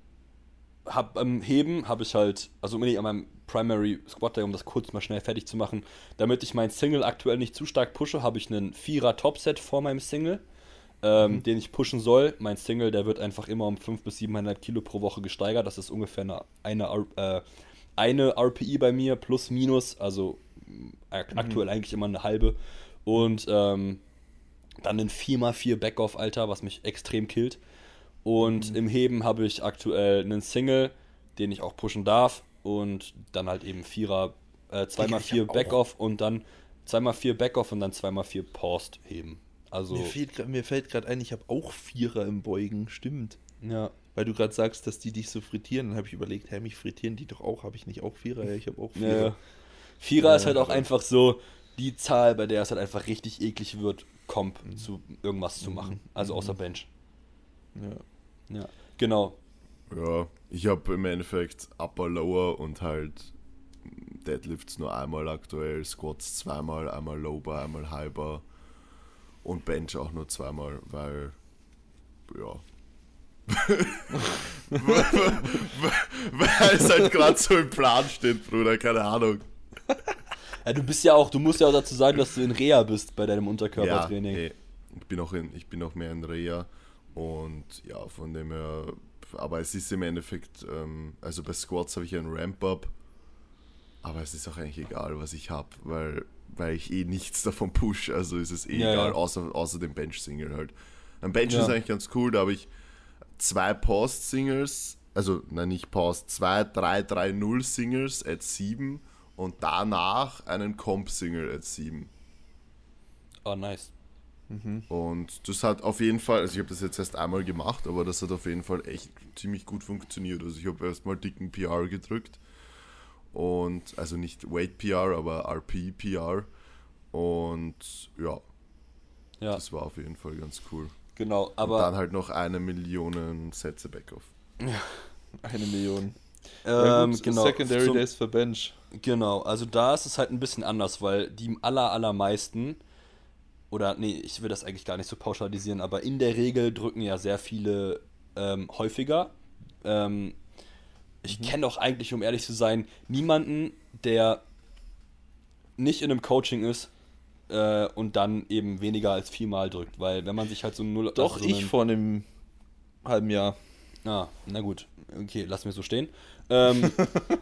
hab beim Heben habe ich halt, also nee, an meinem Primary Squat Day, um das kurz mal schnell fertig zu machen, damit ich mein Single aktuell nicht zu stark pushe, habe ich einen Vierer Topset vor meinem Single, ähm, Mhm. den ich pushen soll. Mein Single, der wird einfach immer um fünfhundert bis siebenhundert Kilo pro Woche gesteigert. Das ist ungefähr eine, eine, äh, eine R P E bei mir, plus minus, also äh, aktuell eigentlich immer eine halbe. Und ähm, dann ein vier mal vier Backoff, Alter, was mich extrem killt. Und Mhm. im Heben habe ich aktuell einen Single, den ich auch pushen darf. Und dann halt eben Vierer, äh, zwei mal ich vier hab auch- Backoff und dann zwei mal vier Backoff und dann zwei mal vier Paused heben. Also, Mir, fehlt, grad- mir fällt gerade ein, ich habe auch Vierer im Beugen, stimmt. ja. Weil du gerade sagst, dass die dich so frittieren, dann habe ich überlegt, hä, mich frittieren die doch auch. Habe ich nicht auch Vierer? Ja, ich habe auch Ja. Vierer. Vierer ist Äh, halt auch aber- einfach so die Zahl, bei der es halt einfach richtig eklig wird, Comp zu irgendwas zu Mhm. machen. Also außer Mhm. Bench. Ja. Ja, genau. Ja, ich habe im Endeffekt Upper, Lower und halt Deadlifts nur einmal aktuell, Squats zweimal, einmal Low Bar, einmal High Bar und Bench auch nur zweimal, weil, ja. Weil es halt gerade so im Plan steht, Bruder, keine Ahnung. Ja, du bist ja auch, du musst ja auch dazu sagen, dass du in Reha bist bei deinem Unterkörpertraining. Ja, ey, ich bin auch in, ich bin auch mehr in Reha und ja, von dem her, aber es ist im Endeffekt, ähm, also bei Squats habe ich einen Ramp-Up, aber es ist auch eigentlich egal, was ich habe, weil, weil ich eh nichts davon push, also ist es eh Ja, egal, ja. außer, außer dem Bench-Single halt. Ein Bench Ja. ist eigentlich ganz cool, da habe ich zwei Paused-Singles, also nein, nicht Paused, zwei drei drei null Singles at sieben und danach einen Comp-Single at sieben. Oh, nice. Und das hat auf jeden Fall, also ich habe das jetzt erst einmal gemacht, aber das hat auf jeden Fall echt ziemlich gut funktioniert. Also ich habe erstmal dicken P R gedrückt und, also nicht Weight P R, aber R P P R Und ja, Ja, das war auf jeden Fall ganz cool. genau, Und aber dann halt noch eine Million Sätze Backoff. Eine Million. ähm, Ja, gut, genau, Secondary zum- Days für Bench. Genau, also da ist es halt ein bisschen anders, weil die aller, allermeisten, oder nee, ich will das eigentlich gar nicht so pauschalisieren, aber in der Regel drücken ja sehr viele ähm, häufiger. Ähm, ich kenne doch eigentlich, um ehrlich zu sein, niemanden, der nicht in einem Coaching ist äh, und dann eben weniger als viermal drückt, weil wenn man sich halt so null... Doch, also so ich einen- vor einem halben Jahr. Ah, na gut. Okay, lass mir so stehen. Ähm,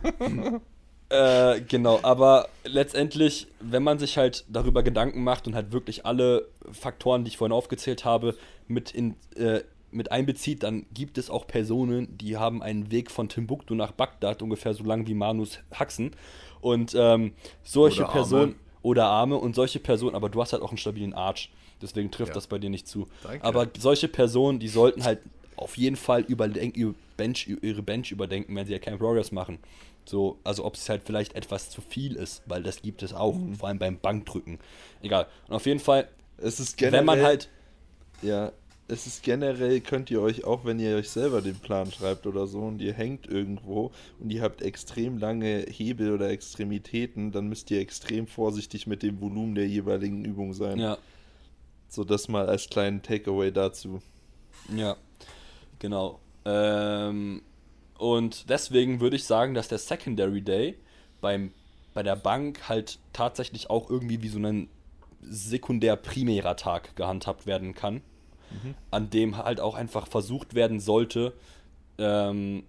äh, genau, aber letztendlich, wenn man sich halt darüber Gedanken macht und halt wirklich alle Faktoren, die ich vorhin aufgezählt habe, mit, in, äh, mit einbezieht, dann gibt es auch Personen, die haben einen Weg von Timbuktu nach Bagdad ungefähr so lang wie Manus Haxen. Und ähm, solche Oder Personen... Arme. Oder Arme und solche Personen, aber du hast halt auch einen stabilen Arch. Deswegen trifft Ja. das bei dir nicht zu. Danke. Aber solche Personen, die sollten halt auf jeden Fall überdenk, ihre, Bench, ihre Bench überdenken, wenn sie ja keinen Progress machen. So, also ob es halt vielleicht etwas zu viel ist, weil das gibt es auch, Mhm. vor allem beim Bankdrücken. Egal. Und auf jeden Fall, Es ist generell, wenn man halt, ja, es ist generell, könnt ihr euch auch, wenn ihr euch selber den Plan schreibt oder so und ihr hängt irgendwo und ihr habt extrem lange Hebel oder Extremitäten, dann müsst ihr extrem vorsichtig mit dem Volumen der jeweiligen Übung sein. ja, So das mal als kleinen Takeaway dazu. ja, genau. Ähm, und deswegen würde ich sagen, dass der Secondary Day beim, bei der Bank halt tatsächlich auch irgendwie wie so ein sekundär-primärer Tag gehandhabt werden kann, an dem halt auch einfach versucht werden sollte, ähm,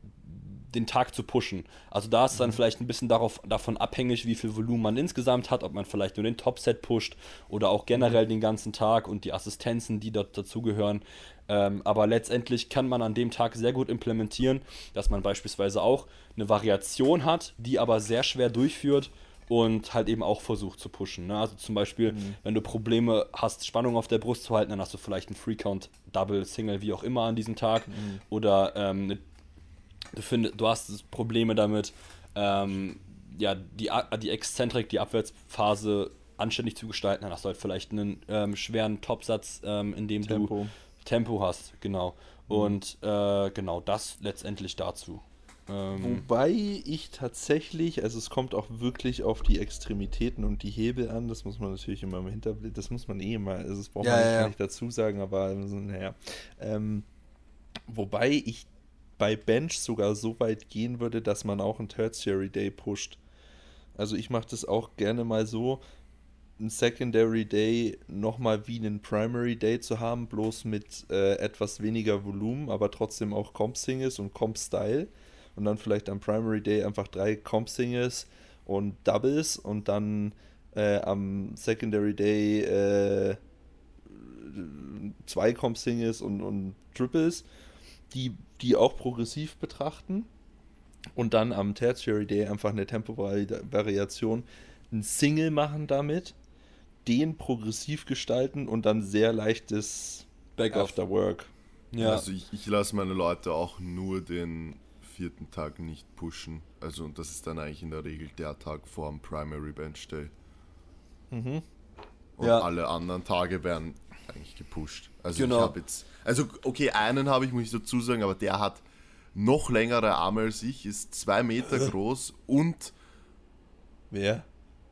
den Tag zu pushen. Also da ist dann vielleicht ein bisschen darauf, davon abhängig, wie viel Volumen man insgesamt hat, ob man vielleicht nur den Topset pusht oder auch generell den ganzen Tag und die Assistenzen, die dort dazugehören. Ähm, aber letztendlich kann man an dem Tag sehr gut implementieren, dass man beispielsweise auch eine Variation hat, die aber sehr schwer durchführt und halt eben auch versucht zu pushen. Ne? Also zum Beispiel, wenn du Probleme hast, Spannung auf der Brust zu halten, dann hast du vielleicht einen Free Count, Double, Single, wie auch immer an diesem Tag. Oder ähm, eine Du, find, du hast Probleme damit, ähm, ja, die, A- die Exzentrik, die Abwärtsphase anständig zu gestalten. Dann hast du halt vielleicht einen ähm, schweren Topsatz, ähm, in dem Tempo. du Tempo hast, genau. Und äh, genau das letztendlich dazu. Ähm, Wobei ich tatsächlich, also es kommt auch wirklich auf die Extremitäten und die Hebel an, das muss man natürlich immer im Hinterblick, das muss man eh immer, also das braucht Ja, man ja, nicht, ja. gar nicht dazu sagen, aber also, naja. Ähm, wobei ich bei Bench sogar so weit gehen würde, dass man auch einen Tertiary Day pusht. Also ich mache das auch gerne mal so, einen Secondary Day nochmal wie einen Primary Day zu haben, bloß mit äh, etwas weniger Volumen, aber trotzdem auch Comp-Singles und Comp-Style. Und dann vielleicht am Primary Day einfach drei Comp-Singles und Doubles und dann äh, am Secondary Day äh, zwei Comp-Singles und, und Triples, die, die auch progressiv betrachten. Und dann am Tertiary Day einfach eine Tempo-Variation, ein Single machen damit, den progressiv gestalten und dann sehr leichtes Backoff. Afterwork. ja, Also ich, ich lasse meine Leute auch nur den vierten Tag nicht pushen. Also und das ist dann eigentlich in der Regel der Tag vor dem Primary Bench Day. Mhm. Und Ja. alle anderen Tage werden eigentlich gepusht. Also Genau. ich habe jetzt, also okay, einen habe ich, muss ich dazu sagen, aber der hat noch längere Arme als ich, ist zwei Meter groß und Wer?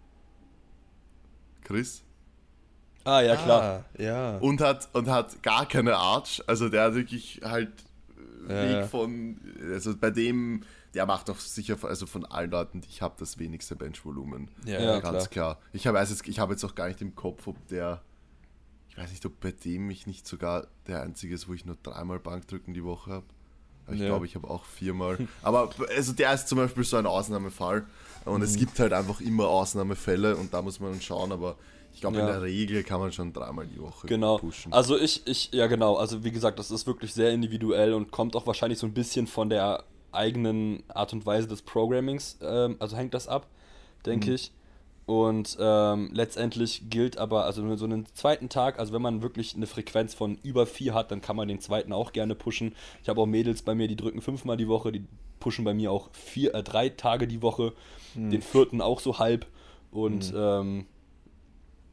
Chris ah, ja klar. Ah, ja. und hat und hat gar keine Arch. Also der hat wirklich halt äh, Ja, Weg ja. von, also bei dem, der macht doch sicher, also von allen Leuten, die ich habe, das wenigste Benchvolumen. Ja, Ja, Ganz klar. Ich habe jetzt, ich habe jetzt auch gar nicht im Kopf, ob der, ich weiß nicht, ob bei dem ich nicht sogar der einzige ist, wo ich nur dreimal Bankdrücken die Woche habe. Aber ich Ja. glaube, ich habe auch viermal. Aber also der ist zum Beispiel so ein Ausnahmefall. Und es gibt halt einfach immer Ausnahmefälle und da muss man dann schauen, aber ich glaube, Ja. in der Regel kann man schon dreimal die Woche Genau. pushen. Also ich, ich, ja genau, also wie gesagt, das ist wirklich sehr individuell und kommt auch wahrscheinlich so ein bisschen von der eigenen Art und Weise des Programmings, ähm, also hängt das ab, denke ich. Und ähm, letztendlich gilt aber, also nur so einen zweiten Tag, also wenn man wirklich eine Frequenz von über vier hat, dann kann man den zweiten auch gerne pushen. Ich habe auch Mädels bei mir, die drücken fünfmal die Woche, die pushen bei mir auch vier, äh, drei Tage die Woche, den vierten auch so halb. Und ähm,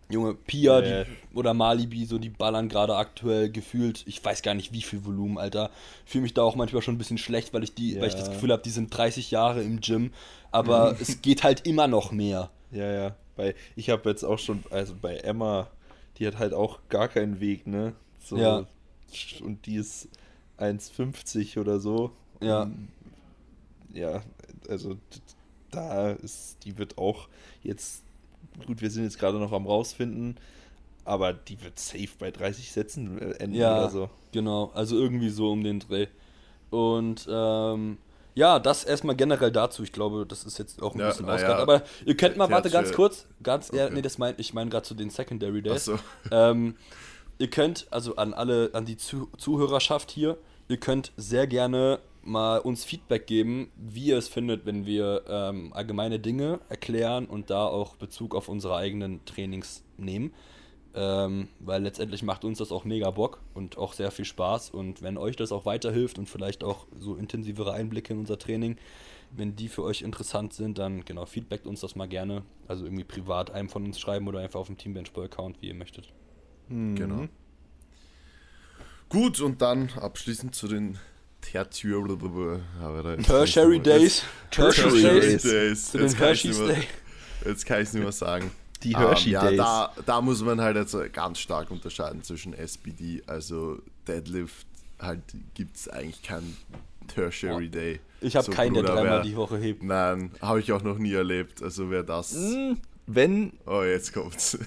Junge, Pia Ja. die, oder Malibi, so die ballern gerade aktuell gefühlt, ich weiß gar nicht wie viel Volumen, Alter. Ich fühle mich da auch manchmal schon ein bisschen schlecht, weil ich die, Ja. weil ich das Gefühl habe, die sind dreißig Jahre im Gym, aber es geht halt immer noch mehr. Ja, ja. Bei, ich habe jetzt auch schon, also bei Emma, die hat halt auch gar keinen Weg, ne? So, Ja. Und die ist eins fünfzig oder so. Ja. Und, ja, also d- da ist, die wird auch jetzt, gut, wir sind jetzt gerade noch am rausfinden, aber die wird safe bei dreißig Sätzen enden Ja, oder so. genau, also irgendwie so um den Dreh. Und ähm, ja, das erstmal generell dazu. Ich glaube, das ist jetzt auch ein Ja, bisschen na ausgegangen. ja. Aber ihr könnt mal, warte, ganz Tertiär- kurz, ganz, ja, Okay. nee, das mein, ich meine gerade zu den Secondary Days. Achso. Ähm, ihr könnt, also an alle, an die Zuh- Zuhörerschaft hier, ihr könnt sehr gerne mal uns Feedback geben, wie ihr es findet, wenn wir ähm, allgemeine Dinge erklären und da auch Bezug auf unsere eigenen Trainings nehmen. Ähm, weil letztendlich macht uns das auch mega Bock und auch sehr viel Spaß. Und wenn euch das auch weiterhilft und vielleicht auch so intensivere Einblicke in unser Training, wenn die für euch interessant sind, dann genau, feedbackt uns das mal gerne. Also irgendwie privat einem von uns schreiben oder einfach auf dem Teambenchball-Account, wie ihr möchtet. Genau. Gut, und dann abschließend zu den Tertiary Tertiary Days. Tertiary Tertiary Days. Days. Zu den Jetzt kann ich Hershey's nicht mehr- Day. Jetzt kann ich es nicht mehr sagen. Die Ähm, Hershey ja, Days. Da, da muss man halt jetzt ganz stark unterscheiden zwischen S P D, also Deadlift, halt gibt es eigentlich keinen Tertiary Day. Ich habe So, keinen, der Bruder, dreimal wer- die Woche hebt. Nein, habe ich auch noch nie erlebt. Also wer das... Hm, Wenn, Oh, jetzt kommt's.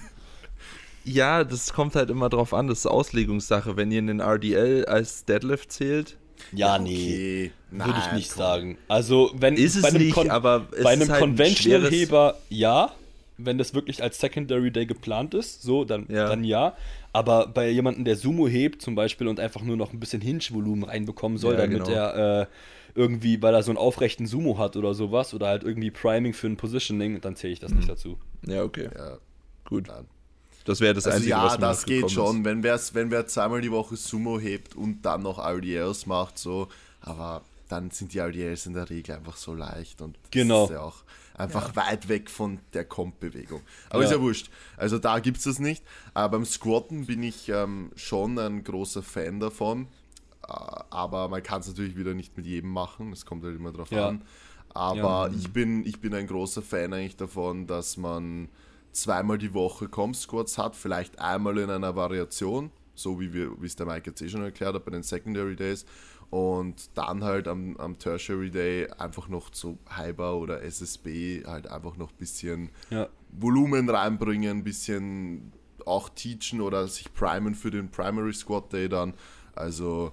ja, das kommt halt immer drauf an, das ist Auslegungssache. Wenn ihr einen R D L als Deadlift zählt, Ja, nee. Okay. Würde ich Nein, nicht komm. sagen. Also, wenn ist es bei einem, nicht, Kon aber es bei einem ist halt ein schweres- Conventional-Heber ja, wenn das wirklich als Secondary Day geplant ist, so, dann Ja. dann ja. Aber bei jemandem, der Sumo hebt zum Beispiel und einfach nur noch ein bisschen Hinge-Volumen reinbekommen soll, Ja, damit genau. er äh, irgendwie, weil er so einen aufrechten Sumo hat oder sowas, oder halt irgendwie Priming für ein Positioning, dann zähle ich das Mhm. nicht dazu. ja, okay, Ja, gut. nein. Das wäre das Also Einzige, ja, was mir das noch geht gekommen schon, ist. wenn, wer's, wenn wer zweimal die Woche Sumo hebt und dann noch R D Ls macht, so, aber dann sind die R D Ls in der Regel einfach so leicht und das Genau. ist ja auch einfach weit weg von der Comp-Bewegung. Aber Ja. ist ja wurscht. Also da gibt es das nicht. Aber beim Squatten bin ich ähm, schon ein großer Fan davon. Äh, aber man kann es natürlich wieder nicht mit jedem machen. Das kommt halt immer drauf Ja. an. Aber ich, bin, ich bin ein großer Fan eigentlich davon, dass man zweimal die Woche Comp-Squats hat, vielleicht einmal in einer Variation, so wie wir, wie es der Mike jetzt eh schon erklärt hat bei den Secondary Days, und dann halt am, am Tertiary Day einfach noch so Hyper oder S S B halt einfach noch ein bisschen Ja. Volumen reinbringen, ein bisschen auch teachen oder sich primen für den Primary Squat Day dann. Also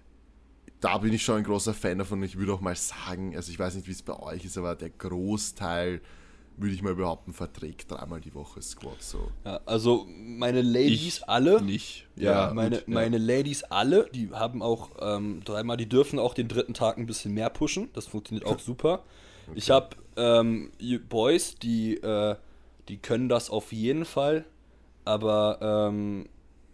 da bin ich schon ein großer Fan davon. Ich würde auch mal sagen, also ich weiß nicht, wie es bei euch ist, aber der Großteil, würde ich mal behaupten, verträgt dreimal die Woche Squat. So. Ja, also meine Ladies Ich alle, Nicht. Ja, Ja, meine, gut, ja. meine Ladies alle, die haben auch ähm, dreimal, die dürfen auch den dritten Tag ein bisschen mehr pushen. Das funktioniert auch super. Ich habe ähm, Boys, die, äh, die können das auf jeden Fall, aber ähm,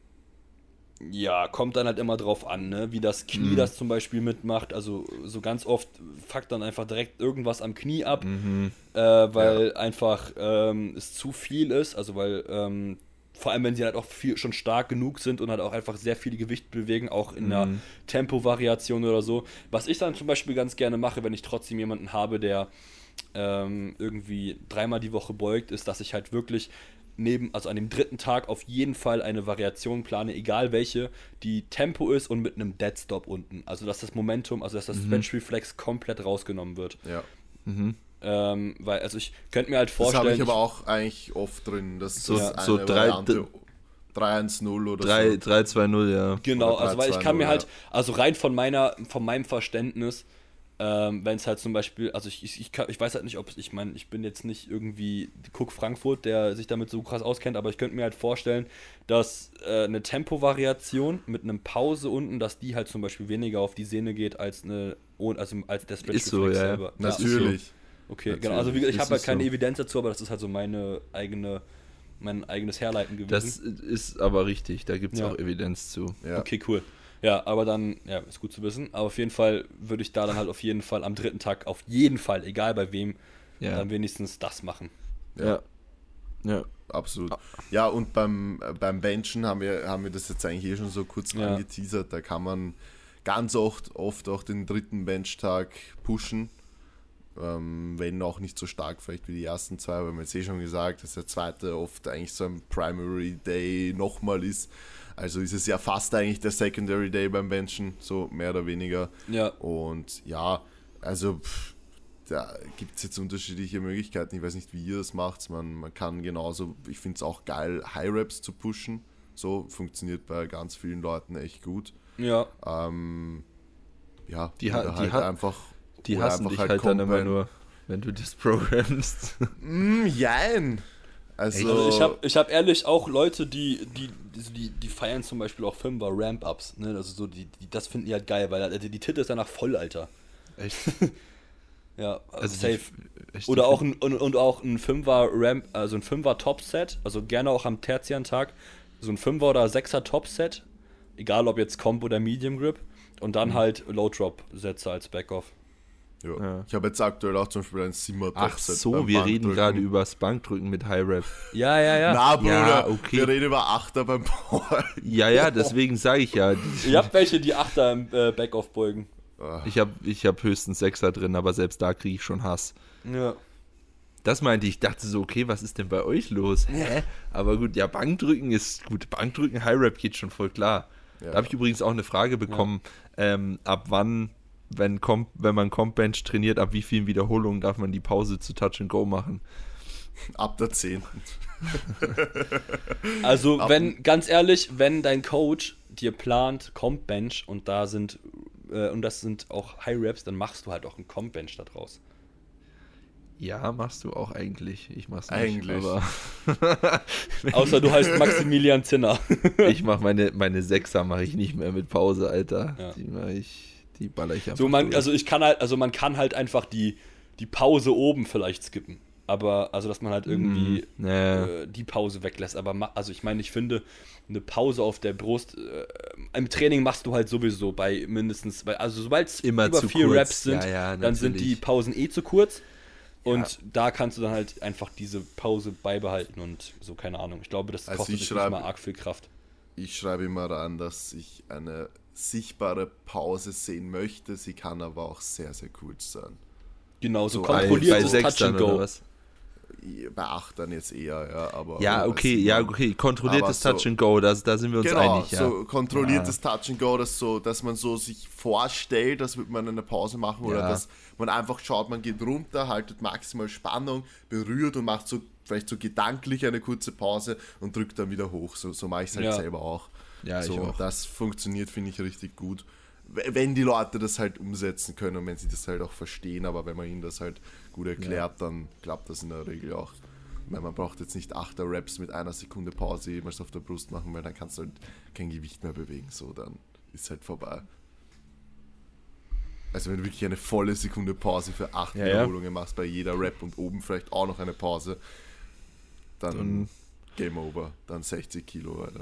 ja, kommt dann halt immer drauf an, ne? Wie das Knie das zum Beispiel mitmacht. Also so ganz oft fuckt dann einfach direkt irgendwas am Knie ab, äh, weil einfach ähm, es zu viel ist. Also weil ähm, vor allem, wenn sie halt auch viel, schon stark genug sind und halt auch einfach sehr viel Gewicht bewegen, auch in einer Tempovariation oder so. Was ich dann zum Beispiel ganz gerne mache, wenn ich trotzdem jemanden habe, der ähm, irgendwie dreimal die Woche beugt, ist, dass ich halt wirklich neben, also an dem dritten Tag auf jeden Fall eine Variation plane, egal welche, die Tempo ist und mit einem Dead Stop unten. Also dass das Momentum, also dass das Bench Reflex komplett rausgenommen wird. Ja. Ähm, weil, also ich könnte mir halt Das vorstellen, habe ich aber auch eigentlich oft drin. Das So- ist so eine drei- Variante drei eins null oder drei, so. drei zwei null, ja. genau, oder also weil ich drei zwei kann mir null, halt, ja. also rein von meiner, von meinem Verständnis, ähm, wenn es halt zum Beispiel, also ich, ich, ich, kann, ich weiß halt nicht, ob es, ich meine, ich bin jetzt nicht irgendwie Cook Frankfurt, der sich damit so krass auskennt, aber ich könnte mir halt vorstellen, dass äh, eine Tempovariation mit einem Pause unten, dass die halt zum Beispiel weniger auf die Sehne geht als eine, also als der Stretch Ist so, Reflex ja, ja. selber. Natürlich. Okay, Natürlich. genau. Also wie gesagt, ich Ist habe halt es keine so. Evidenz dazu, aber das ist halt so meine eigene, mein eigenes Herleiten gewesen. Das ist aber richtig, da gibt es Ja. auch Evidenz zu. Ja. Okay, cool. Ja, aber dann, ja, ist gut zu wissen. Aber auf jeden Fall würde ich da dann halt auf jeden Fall am dritten Tag, auf jeden Fall, egal bei wem, Ja. dann wenigstens das machen. Ja. Ja. absolut. Ja, und beim, beim Benchen haben wir, haben wir das jetzt eigentlich eh schon so kurz Ja. angeteasert. Da kann man ganz oft, oft auch den dritten Benchtag pushen. Ähm, wenn auch nicht so stark vielleicht wie die ersten zwei, aber wir haben jetzt eh schon gesagt, dass der zweite oft eigentlich so ein Primary Day nochmal ist. Also ist es ja fast eigentlich der Secondary Day beim Benchen, so mehr oder weniger. Ja. Und ja, also pff, da gibt es jetzt unterschiedliche Möglichkeiten. Ich weiß nicht, wie ihr das macht. Man, man kann genauso, ich finde es auch geil, High Reps zu pushen. So funktioniert bei ganz vielen Leuten echt gut. Ja. Ähm, ja, Die ha- oder die halt ha- einfach. Die oder hassen einfach dich halt, dann immer Combine. nur, wenn du das programmst. Mm, jein. Also, Also ich habe ich hab ehrlich auch Leute, die, die, die, die feiern zum Beispiel auch Fünfer Ramp-Ups. Ne? Also so die, die, das finden die halt geil, weil die, die Titte ist danach voll, Alter. Echt? Ja, also, Also safe. die- echt, Oder die auch ein, und, und auch ein Fünfer Ramp, also ein Fünfer Topset, also gerne auch am tertiären Tag, so ein Fünfer oder Sechser Topset, egal ob jetzt Comp oder Medium Grip, und dann halt Low Drop Sätze als Backoff. ja. Ja. Ich habe jetzt aktuell auch zum Beispiel ein Simmer Ach so, wir reden gerade über das Bankdrücken mit High Rep. Ja, ja, ja. Na, Bruder, Ja, okay. wir reden über Achter beim Power. Ja, ja, deswegen sage ich ja. Ihr habt welche, die Achter im äh, Backoff beugen. Ich habe ich hab höchstens Sechser drin, aber selbst da kriege ich schon Hass. Ja. Das meinte ich, dachte so, okay, was ist denn bei euch los? Hä? Aber gut, ja, Bankdrücken ist gut. Bankdrücken, High Rep geht schon voll klar. Ja. Da habe ich übrigens auch eine Frage bekommen, ähm, ab wann, wenn, Comp, wenn man Comp Bench trainiert, ab wie vielen Wiederholungen darf man die Pause zu Touch and Go machen? Ab der zehnten. Also, Ab- wenn, ganz ehrlich, wenn dein Coach dir plant Comp Bench und da sind, äh, und das sind auch High Reps, dann machst du halt auch einen Comp Bench da draus. Ja, machst du auch eigentlich. Ich mach's nicht, Eigentlich. aber Außer du heißt Maximilian Zinner. ich mach meine, meine Sechser mache ich nicht mehr mit Pause, Alter. Ja. Die mache ich, die baller ich einfach So, man, durch. also ich kann halt, also man kann halt einfach die, die Pause oben vielleicht skippen. Aber, also dass man halt irgendwie Mhm. Ja. äh, die Pause weglässt. Aber, ma- also ich meine, ich finde, eine Pause auf der Brust, äh, im Training machst du halt sowieso bei mindestens, bei, also sobald es Immer über zu vier kurz. Reps sind, Ja, ja, dann sind die natürlich. Pausen eh zu kurz. Und Ja. da kannst du dann halt einfach diese Pause beibehalten und so, keine Ahnung. Ich glaube, das Also kostet ich dich nicht schreib- mal arg viel Kraft. Ich schreibe immer rein, dass ich eine sichtbare Pause sehen möchte. Sie kann aber auch sehr, sehr kurz sein. Genau, so So bei, bei kontrolliertes Touch Sechsern and oder Go. was? Bei Achtern jetzt eher, ja. Aber Ja, aber okay, bei ja, Siebern- okay. Kontrolliertes Aber so- Touch and Go, das, da sind wir uns Genau, einig, ja. so kontrolliertes Touch and Go, dass, so, dass man so sich vorstellt, dass wird man eine Pause machen oder Ja. dass man einfach schaut, man geht runter, haltet maximal Spannung, berührt und macht so vielleicht so gedanklich eine kurze Pause und drückt dann wieder hoch. So, so mache ich es halt Ja. selber auch. Ja, ich so, auch. Das funktioniert, finde ich, richtig gut. W- Wenn die Leute das halt umsetzen können und wenn sie das halt auch verstehen, aber wenn man ihnen das halt gut erklärt, dann klappt das in der Regel auch. Weil man braucht jetzt nicht acht Reps mit einer Sekunde Pause jemals auf der Brust machen, weil dann kannst du halt kein Gewicht mehr bewegen. So, dann ist halt vorbei. Also wenn du wirklich eine volle Sekunde Pause für acht Ja, ja. Wiederholungen machst bei jeder Rep und oben vielleicht auch noch eine Pause, dann Dann- Game Over. Dann sechzig Kilo, Alter.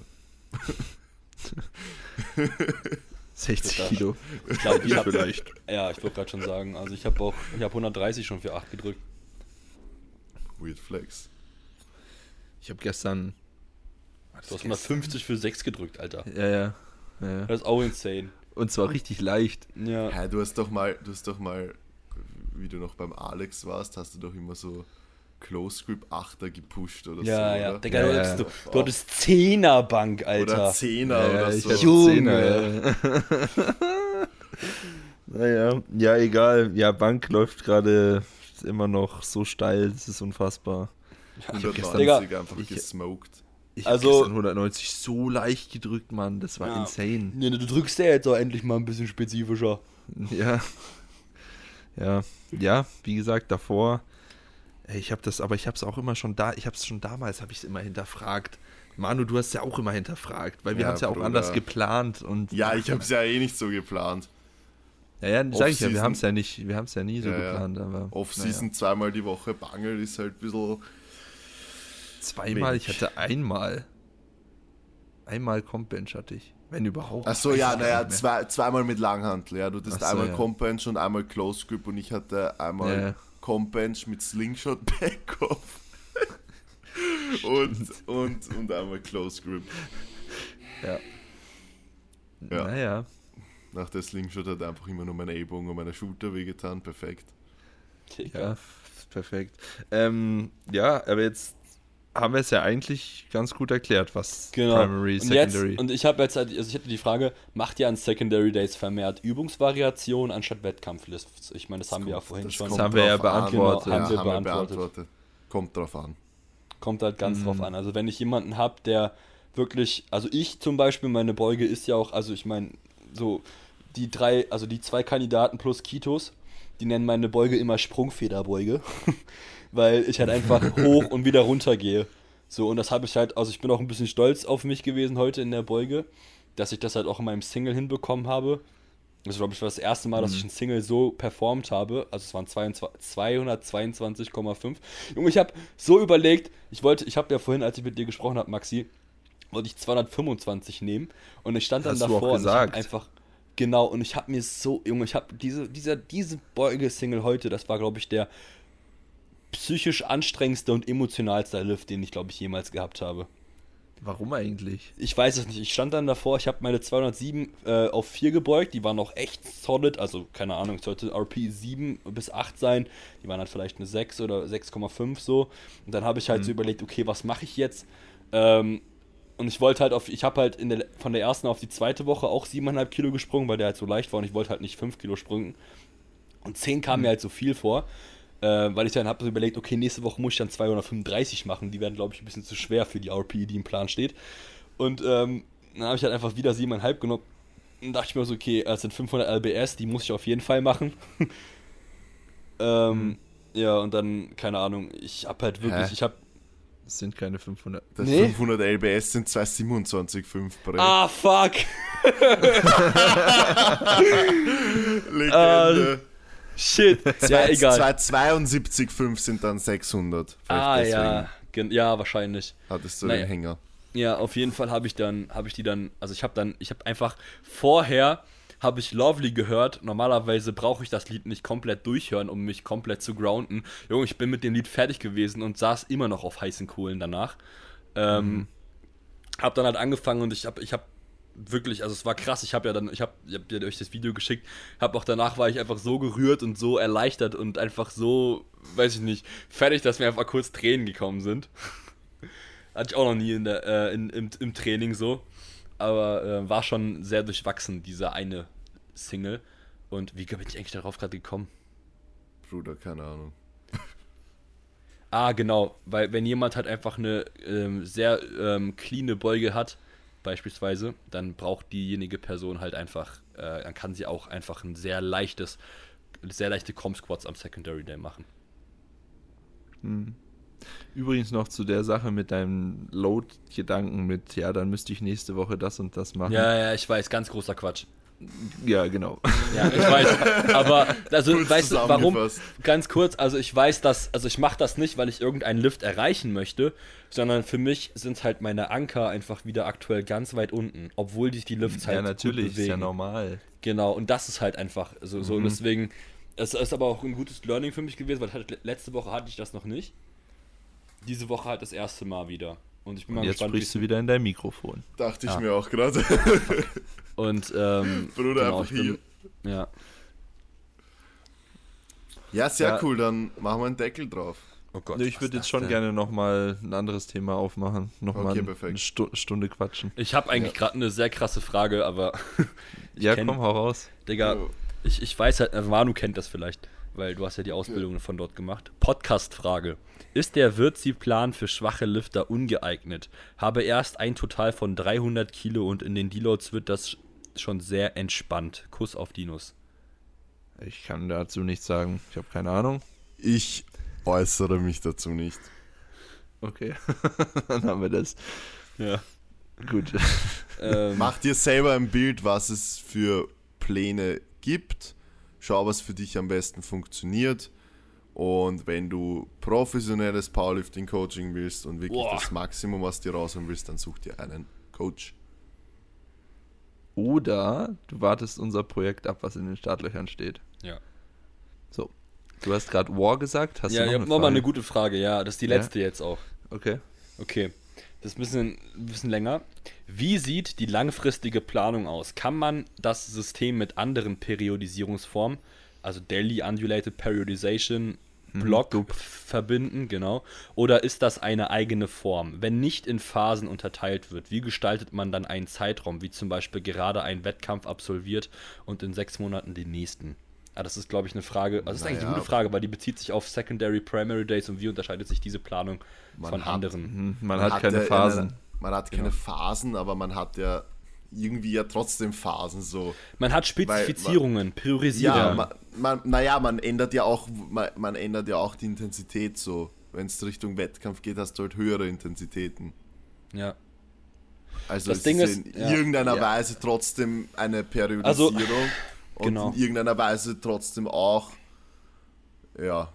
sechzig Total. Kilo. Ich glaube, ich habe Vielleicht. Ja, ich würde gerade schon sagen. Also ich habe auch, ich habe hundertdreißig schon für acht gedrückt. Weird Flex. Ich habe gestern. Du hast hundertfünfzig für sechs gedrückt, Alter. Ja, ja, ja, ja. Das ist auch insane. Und zwar richtig leicht. Ja. Hey, du hast doch mal, du hast doch mal, wie du noch beim Alex warst, hast du doch immer so Close Grip Achter gepusht oder Ja, so, ja. oder? Digga, Ja, du, ja. hattest, du, du hattest Zehnerbank, Alter. Oder Zehner Ja, oder ich so. hatte Junge. Zehner, ja. Naja, ja, egal. Ja, Bank läuft gerade immer noch so steil, das ist unfassbar. hundertneunzig Digga, einfach ich- gesmoked. Ich Also- hab gestern hundertneunzig so leicht gedrückt, Mann. Das war Ja. insane. Nee, du drückst ja jetzt auch endlich mal ein bisschen spezifischer. Ja. Ja, ja, wie gesagt, davor. Ey, ich habe das, aber ich habe es auch immer schon da, ich habe es schon damals, habe ich es immer hinterfragt. Manu, du hast ja auch immer hinterfragt, weil wir Ja, haben es ja auch Bruder. anders geplant und Ja, ich hab's ja eh nicht so geplant. ja, ja, sag ich ja, wir Off-Season. haben es ja nicht, wir haben es ja nie so Ja, ja. geplant, aber Off-Season zweimal die Woche Bangel ist halt ein bisschen. naja. Zweimal, wenig. ich hatte einmal, einmal Compbench hatte ich, wenn überhaupt. Achso, Ich ja, weiß gar naja, nicht mehr. zwei, zweimal mit Langhantel. Ja, du hattest Ach so, einmal ja. Comp-Bench und einmal Close Grip und ich hatte einmal Ja. Comp-Bench mit Slingshot Backoff. und, und, und einmal Close Grip. Ja. Ja. Naja. Nach der Slingshot hat einfach immer nur mein Ellbogen und meine Schulter wehgetan. Perfekt. Ja, perfekt. Ähm, ja, aber jetzt haben wir es ja eigentlich ganz gut erklärt, was Genau. Primary, und Secondary... Jetzt, und ich habe jetzt, halt, also ich hatte die Frage, macht ihr an Secondary Days vermehrt Übungsvariationen anstatt Wettkampflists? Ich meine, das, das haben wir ja vorhin schon. Das haben wir ja drauf an. beantwortet. Genau, haben Ja, wir haben wir beantwortet. beantwortet. Kommt drauf an. Kommt halt ganz Mhm. drauf an. Also wenn ich jemanden habe, der wirklich, also ich zum Beispiel, meine Beuge ist ja auch, also ich meine, so die drei, also die zwei Kandidaten plus Kitos, die nennen meine Beuge immer Sprungfederbeuge, weil ich halt einfach hoch und wieder runter gehe. So, und das habe ich halt, also ich bin auch ein bisschen stolz auf mich gewesen heute in der Beuge, dass ich das halt auch in meinem Single hinbekommen habe. Das glaube ich war das erste Mal, dass ich ein Single so performt habe. Also es waren zweihundertzweiundzwanzig Komma fünf. Junge, ich habe so überlegt, ich wollte, ich habe ja vorhin, als ich mit dir gesprochen habe, Maxi, wollte ich zweihundertfünfundzwanzig nehmen. Und ich stand dann Hast du davor auch und ich habe gesagt. einfach, genau, und ich habe mir so, Junge, ich habe diese, dieser, diese Beuge-Single heute, das war, glaube ich, der psychisch anstrengendste und emotionalste Lift, den ich, glaube ich, jemals gehabt habe. Warum eigentlich? Ich weiß es nicht. Ich stand dann davor, ich habe meine zweihundertsieben äh, auf vier gebeugt. Die waren noch echt solid. Also, keine Ahnung, es sollte R P sieben bis acht sein. Die waren halt vielleicht eine sechs oder sechs Komma fünf so. Und dann habe ich halt Mhm. so überlegt, okay, was mache ich jetzt? Ähm, und ich wollte halt auf, ich habe halt in der, von der ersten auf die zweite Woche auch sieben Komma fünf Kilo gesprungen, weil der halt so leicht war und ich wollte halt nicht fünf Kilo springen. Und zehn kam Mhm. mir halt so viel vor. Äh, weil ich dann habe so überlegt, okay, nächste Woche muss ich dann zweihundertfünfunddreißig machen. Die werden, glaube ich, ein bisschen zu schwer für die R P, die im Plan steht. Und ähm, dann habe ich halt einfach wieder sieben Komma fünf genommen. Und dachte ich mir so, okay, das sind fünfhundert L B S, die muss ich auf jeden Fall machen. ähm, Mhm. Ja, und dann, keine Ahnung, ich habe halt wirklich, Hä? ich habe... Das sind keine fünfhundert. Das Nee. fünfhundert L B S sind zwei siebenundzwanzig Komma fünf Brett. Ah, fuck! Legende. Shit! Ja, egal. zwei zweiundsiebzig Komma fünf sind dann sechshundert. Vielleicht Ah, deswegen ja, gen- ja, wahrscheinlich. hattest du Naja. den Hänger. Ja, auf jeden Fall habe ich dann, habe ich die dann, also ich habe dann, ich habe einfach vorher habe ich Lovely gehört. Normalerweise brauche ich das Lied nicht komplett durchhören, um mich komplett zu grounden. Junge, ich bin mit dem Lied fertig gewesen und saß immer noch auf heißen Kohlen danach. Ähm, Mhm. Hab dann halt angefangen und ich habe, ich habe wirklich, also es war krass. Ich habe ja dann, ich habe hab dir euch das Video geschickt. Habe auch danach war ich einfach so gerührt und so erleichtert und einfach so, weiß ich nicht, fertig, dass mir einfach kurz Tränen gekommen sind. Hatte ich auch noch nie in der, äh, in, im, im Training so. Aber äh, war schon sehr durchwachsen, diese eine Single. Und wie bin ich eigentlich darauf gerade gekommen? Bruder, keine Ahnung. Ah, genau, weil wenn jemand halt einfach eine ähm, sehr ähm, cleane Beuge hat, beispielsweise, dann braucht diejenige Person halt einfach, äh, dann kann sie auch einfach ein sehr leichtes, sehr leichte Com-Squats am Secondary Day machen. Hm. Übrigens noch zu der Sache mit deinem Load-Gedanken mit, ja, dann müsste ich nächste Woche das und das machen. Ja, ja, ich weiß, ganz großer Quatsch. Ja, genau. Ja, ich weiß, aber also, Kurz weißt du, warum? zusammengefasst. Ganz kurz, also ich weiß, dass, also ich mache das nicht, weil ich irgendeinen Lift erreichen möchte, sondern für mich sind halt meine Anker einfach wieder aktuell ganz weit unten, obwohl sich die Lifts halt Ja, natürlich, gut ist ja bewegen. normal. Genau, und das ist halt einfach so, so Mhm. und deswegen, es ist aber auch ein gutes Learning für mich gewesen, weil halt letzte Woche hatte ich das noch nicht. Diese Woche halt das erste Mal wieder. Und ich bin Und mal jetzt gespannt, wie sprichst du wieder in dein Mikrofon. Dachte ich Ja. mir auch gerade. Und, ähm, Bruder, genau, einfach ich bin, hier. ja. Ja, sehr Ja. cool, dann machen wir einen Deckel drauf. Oh Gott. Nee, ich was würde ist jetzt das schon denn? gerne nochmal ein anderes Thema aufmachen. Nochmal Okay, ein- perfekt. eine Stu Stunde quatschen. Ich habe eigentlich Ja. gerade eine sehr krasse Frage, aber Ja, kenn- komm, hau raus. Digga, Oh. ich, ich weiß halt, also Manu kennt das vielleicht, weil du hast ja die Ausbildung von dort gemacht. Podcast-Frage. Ist der Wirtzi-Plan für schwache Lifter ungeeignet? Habe erst ein Total von dreihundert Kilo und in den Deloads wird das schon sehr entspannt. Kuss auf Dinos. Ich kann dazu nichts sagen. Ich habe keine Ahnung. Ich äußere mich dazu nicht. Okay, dann haben wir das. Ja. Gut. Ähm, Mach dir selber ein Bild, was es für Pläne gibt. Schau, was für dich am besten funktioniert. Und wenn du professionelles Powerlifting-Coaching willst und wirklich Boah. das Maximum, was dir rausholen willst, dann such dir einen Coach. Oder du wartest unser Projekt ab, was in den Startlöchern steht. ja. So. Du hast gerade War gesagt. Hast Ja, du noch ich eine habe nochmal Frage? eine gute Frage, ja. Das ist die Ja? letzte jetzt auch. Okay. Okay, das ist ein bisschen, ein bisschen länger. Wie sieht die langfristige Planung aus? Kann man das System mit anderen Periodisierungsformen, also Daily Undulated Periodization, Block Mhm. verbinden, genau? Oder ist das eine eigene Form? Wenn nicht in Phasen unterteilt wird, wie gestaltet man dann einen Zeitraum, wie zum Beispiel gerade einen Wettkampf absolviert und in sechs Monaten den nächsten? Ah, das ist, glaube ich, eine Frage, also das ist eigentlich eine Naja. gute Frage, weil die bezieht sich auf Secondary, Primary Days und wie unterscheidet sich diese Planung Man von hat- anderen? Mhm. Man, hat keine ja in Phasen. einer- man hat keine Genau. Phasen, aber man hat ja irgendwie ja trotzdem Phasen so. Man hat Spezifizierungen, Priorisierungen. Ja, man, man, naja, man ändert ja auch, man, man ändert ja auch die Intensität so. Wenn es Richtung Wettkampf geht, hast du halt höhere Intensitäten. Ja. Also Das es Ding ist ist- in ja. irgendeiner Ja. Weise trotzdem eine Periodisierung Also, und genau. in irgendeiner Weise trotzdem auch, ja,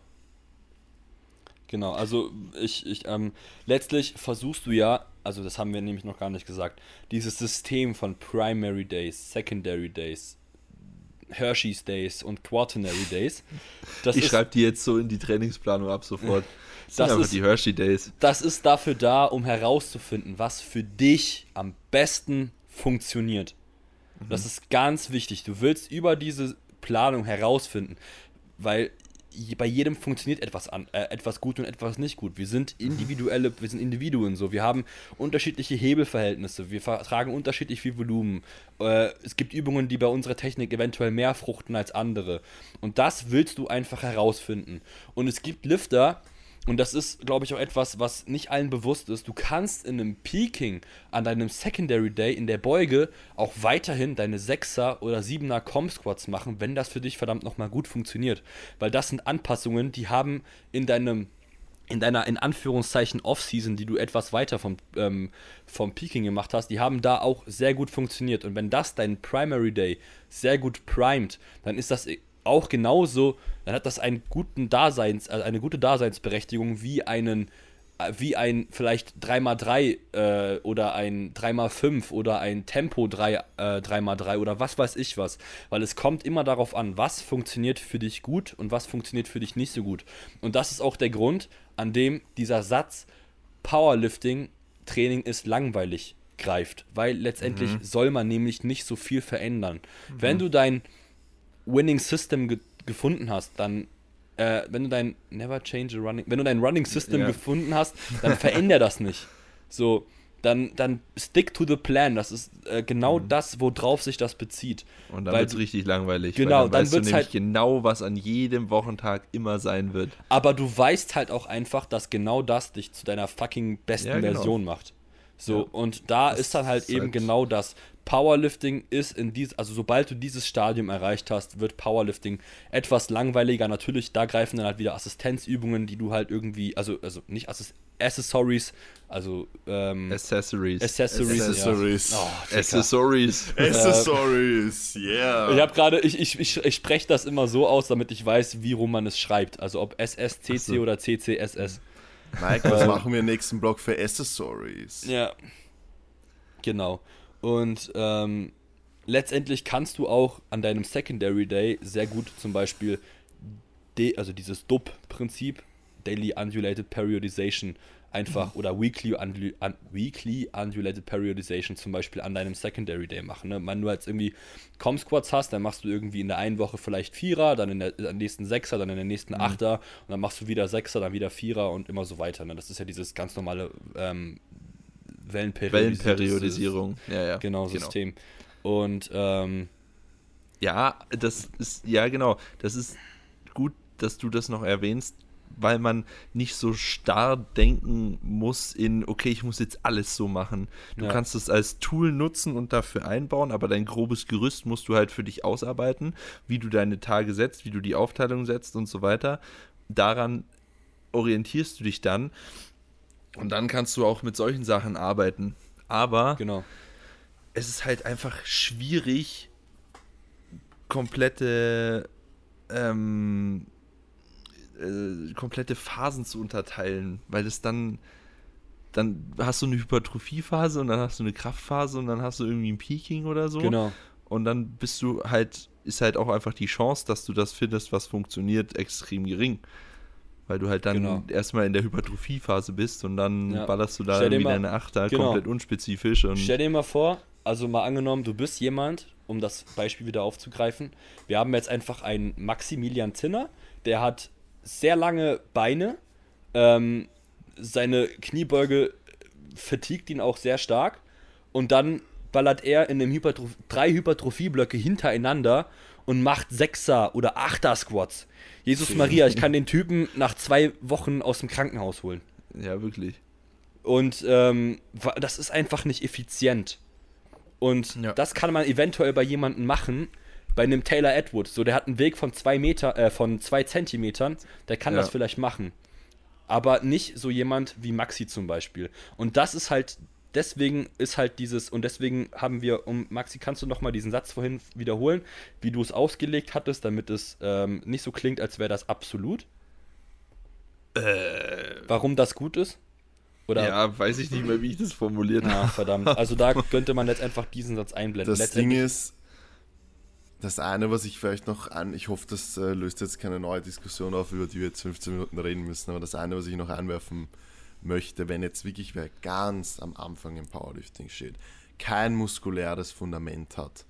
Genau, also ich, ich, ähm, letztlich versuchst du ja, also das haben wir nämlich noch gar nicht gesagt, dieses System von Primary Days, Secondary Days, Hershey's Days und Quaternary Days, das Ich ist, schreibe die jetzt so in die Trainingsplanung ab sofort. Das sind Das einfach ist- die Hershey Days. das ist dafür da, um herauszufinden, was für dich am besten funktioniert. Das ist ganz wichtig. Du willst über diese Planung herausfinden, weil je- bei jedem funktioniert etwas an, äh, etwas gut und etwas nicht gut. Wir sind individuelle, wir sind Individuen so. Wir haben unterschiedliche Hebelverhältnisse. Wir vertragen unterschiedlich viel Volumen. Äh, es gibt Übungen, die bei unserer Technik eventuell mehr fruchten als andere. Und das willst du einfach herausfinden. Und es gibt Lifter. Und das ist, glaube ich, auch etwas, was nicht allen bewusst ist. Du kannst in einem Peaking an deinem Secondary Day in der Beuge auch weiterhin deine sechser oder siebener Com Squats machen, wenn das für dich verdammt nochmal gut funktioniert. Weil das sind Anpassungen, die haben in deinem, in deiner, in Anführungszeichen, Off-Season, die du etwas weiter vom, ähm, vom Peaking gemacht hast, die haben da auch sehr gut funktioniert. Und wenn das dein Primary Day sehr gut primet, dann ist das auch genauso, dann hat das einen guten Daseins, also eine gute Daseinsberechtigung wie einen, äh, wie ein vielleicht drei mal drei äh, oder ein drei mal fünf oder ein Tempo drei, äh, drei mal drei oder was weiß ich was. Weil es kommt immer darauf an, was funktioniert für dich gut und was funktioniert für dich nicht so gut. Und das ist auch der Grund, an dem dieser Satz Powerlifting Training ist langweilig greift. Weil letztendlich soll man nämlich nicht so viel verändern. Wenn du dein Winning System ge gefunden hast, dann, äh, wenn du dein Never Change a Running, wenn du dein Running System Ja. gefunden hast, dann veränder das nicht. So, dann, dann stick to the plan. Das ist äh, genau das, worauf sich das bezieht. Und dann Weil wird es du- richtig langweilig. Genau, weil dann, dann weißt du wird's nämlich halt- genau, was an jedem Wochentag immer sein wird. Aber du weißt halt auch einfach, dass genau das dich zu deiner fucking besten Ja, genau. Version macht. So, Ja. und da Das ist dann halt ist eben halt- genau das. Powerlifting ist in dies, also sobald du dieses Stadium erreicht hast, wird Powerlifting etwas langweiliger. Natürlich, da greifen dann halt wieder Assistenzübungen, die du halt irgendwie, also, also nicht Assist Accessories, also ähm, Accessories. Accessories. Accessories. Ja. Oh, Dicker. Accessories. Accessories, yeah. Ich habe gerade, ich, ich, ich, ich spreche das immer so aus, damit ich weiß, wie rum man es schreibt. Also ob S S C C Ach so. oder C C S S. Mike, was machen wir im nächsten Blog für Accessories? Ja. Genau. Und ähm, letztendlich kannst du auch an deinem Secondary Day sehr gut zum Beispiel, de, also dieses D U P-Prinzip, Daily Undulated Periodization, einfach oder Weekly, Undu un Weekly Undulated Periodization zum Beispiel an deinem Secondary Day machen. Ne? Wenn du jetzt irgendwie Com Squats hast, dann machst du irgendwie in der einen Woche vielleicht Vierer, dann in der, in der nächsten Sechser, dann in der nächsten Achter und dann machst du wieder Sechser, dann wieder Vierer und immer so weiter. Ne? Das ist ja dieses ganz normale ähm, Wellenperiodisierung. Wellenperiodisierung. Ja, ja. Genau, System. Und ähm, Ja, das ist, ja genau, das ist gut, dass du das noch erwähnst, weil man nicht so starr denken muss in, okay, ich muss jetzt alles so machen. Du Ja. kannst es als Tool nutzen und dafür einbauen, aber dein grobes Gerüst musst du halt für dich ausarbeiten, wie du deine Tage setzt, wie du die Aufteilung setzt und so weiter. Daran orientierst du dich dann und dann kannst du auch mit solchen Sachen arbeiten. Aber genau. es ist halt einfach schwierig, komplette ähm, äh, komplette Phasen zu unterteilen, weil es dann dann hast du eine Hypertrophiephase und dann hast du eine Kraftphase und dann hast du irgendwie ein Peaking oder so Genau. und dann bist du halt, ist halt auch einfach die Chance, dass du das findest, was funktioniert, extrem gering. weil du halt dann Genau. erstmal in der Hypertrophie-Phase bist und dann Ja. ballerst du da Stell dir irgendwie mal- deine Achter genau. komplett unspezifisch. Und Stell dir mal vor, also mal angenommen, du bist jemand, um das Beispiel wieder aufzugreifen, wir haben jetzt einfach einen Maximilian Zinner, der hat sehr lange Beine, ähm, seine Kniebeuge vertiegt ihn auch sehr stark und dann ballert er in einem Hypertroph- drei Hypertrophieblöcke hintereinander und macht Sechser- oder Achter-Squats. Jesus Maria, ich kann den Typen nach zwei Wochen aus dem Krankenhaus holen. ja, wirklich. Und ähm, wa- das ist einfach nicht effizient. Und Ja. das kann man eventuell bei jemandem machen, bei einem Taylor Edwards. So, der hat einen Weg von zwei Meter, äh, von zwei Zentimetern, der kann Ja. das vielleicht machen. Aber nicht so jemand wie Maxi zum Beispiel. Und das ist halt, deswegen ist halt dieses, und deswegen haben wir, um Maxi, kannst du nochmal diesen Satz vorhin wiederholen, wie du es ausgelegt hattest, damit es ähm, nicht so klingt, als wäre das absolut? Warum das gut ist? Oder? Ja, weiß ich nicht mehr, wie ich das formuliert Ah, habe. verdammt. Also da könnte man jetzt einfach diesen Satz einblenden. Das Ding Letztendlich- ist, das eine, was ich vielleicht noch an, ich hoffe, das äh, löst jetzt keine neue Diskussion auf, über die wir jetzt fünfzehn Minuten reden müssen, aber das eine, was ich noch einwerfen möchte, wenn jetzt wirklich wer ganz am Anfang im Powerlifting steht, kein muskuläres Fundament hat,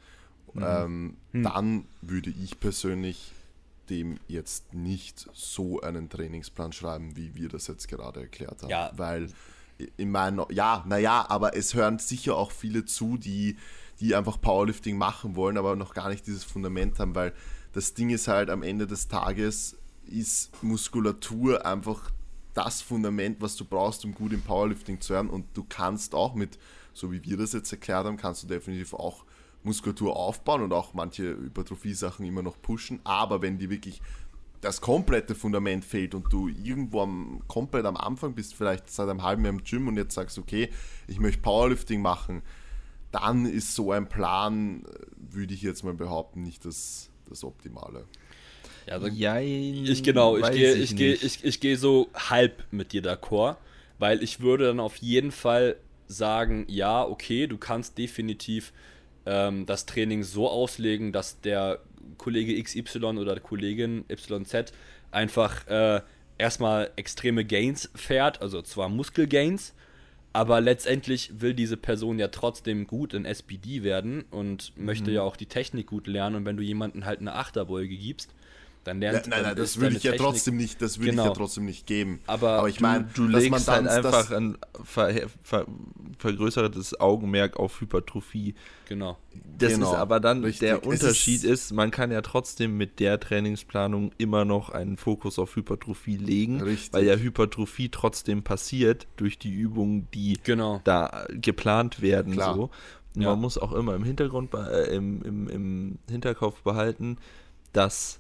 ähm, Hm. dann würde ich persönlich dem jetzt nicht so einen Trainingsplan schreiben, wie wir das jetzt gerade erklärt haben. Ja. Weil in meinen, ja, naja, aber es hören sicher auch viele zu, die, die einfach Powerlifting machen wollen, aber noch gar nicht dieses Fundament haben, weil das Ding ist halt, am Ende des Tages ist Muskulatur einfach das Fundament, was du brauchst, um gut im Powerlifting zu werden, und du kannst auch mit, so wie wir das jetzt erklärt haben, kannst du definitiv auch Muskulatur aufbauen und auch manche Hypertrophie-Sachen immer noch pushen, aber wenn dir wirklich das komplette Fundament fehlt und du irgendwo am, komplett am Anfang bist, vielleicht seit einem halben Jahr im Gym und jetzt sagst, okay, ich möchte Powerlifting machen, dann ist so ein Plan, äh, würde ich jetzt mal behaupten, nicht das, das Optimale. Ja, also Jein, ich genau, ich weiß gehe ich gehe nicht. ich, ich gehe so halb mit dir d'accord, weil ich würde dann auf jeden Fall sagen, ja, okay, du kannst definitiv ähm, das Training so auslegen, dass der Kollege X Y oder Kollegin Y Z einfach äh, erstmal extreme Gains fährt, also zwar Muskelgains, aber letztendlich will diese Person ja trotzdem gut in S P D werden und möchte ja auch die Technik gut lernen, und wenn du jemanden halt eine Achterbeuge gibst, dann Ja, lernt nein, dann nein, das ist würde deine ich ja Technik- trotzdem nicht, das würde Genau. ich ja trotzdem nicht geben. Aber ich Du, meine, du dass legst man halt dann einfach das, ein ver, ver, vergrößertes Augenmerk auf Hypertrophie. Genau. Das Genau, ist aber dann, richtig. der Es Unterschied ist- ist, man kann ja trotzdem mit der Trainingsplanung immer noch einen Fokus auf Hypertrophie legen, Richtig. weil ja Hypertrophie trotzdem passiert durch die Übungen, die Genau. da geplant werden. Klar. So. Und Ja. man muss auch immer im Hintergrund, be- äh, im, im, im Hinterkopf behalten, dass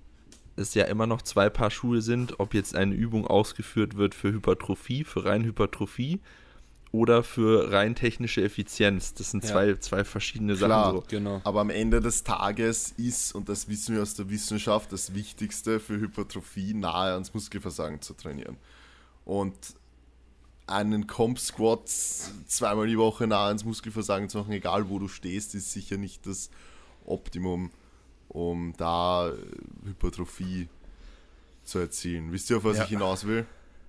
es ja immer noch zwei Paar Schuhe sind, ob jetzt eine Übung ausgeführt wird für Hypertrophie, für rein Hypertrophie oder für rein technische Effizienz. Das sind Ja. zwei, zwei verschiedene Klar. Sachen. So. Genau. aber am Ende des Tages ist, und das wissen wir aus der Wissenschaft, das Wichtigste für Hypertrophie, nahe ans Muskelversagen zu trainieren. Und einen Comp-Squat zweimal die Woche nahe ans Muskelversagen zu machen, egal wo du stehst, ist sicher nicht das Optimum, um da äh, Hypertrophie zu erzielen. Wisst ihr, auf was Ja. ich hinaus will?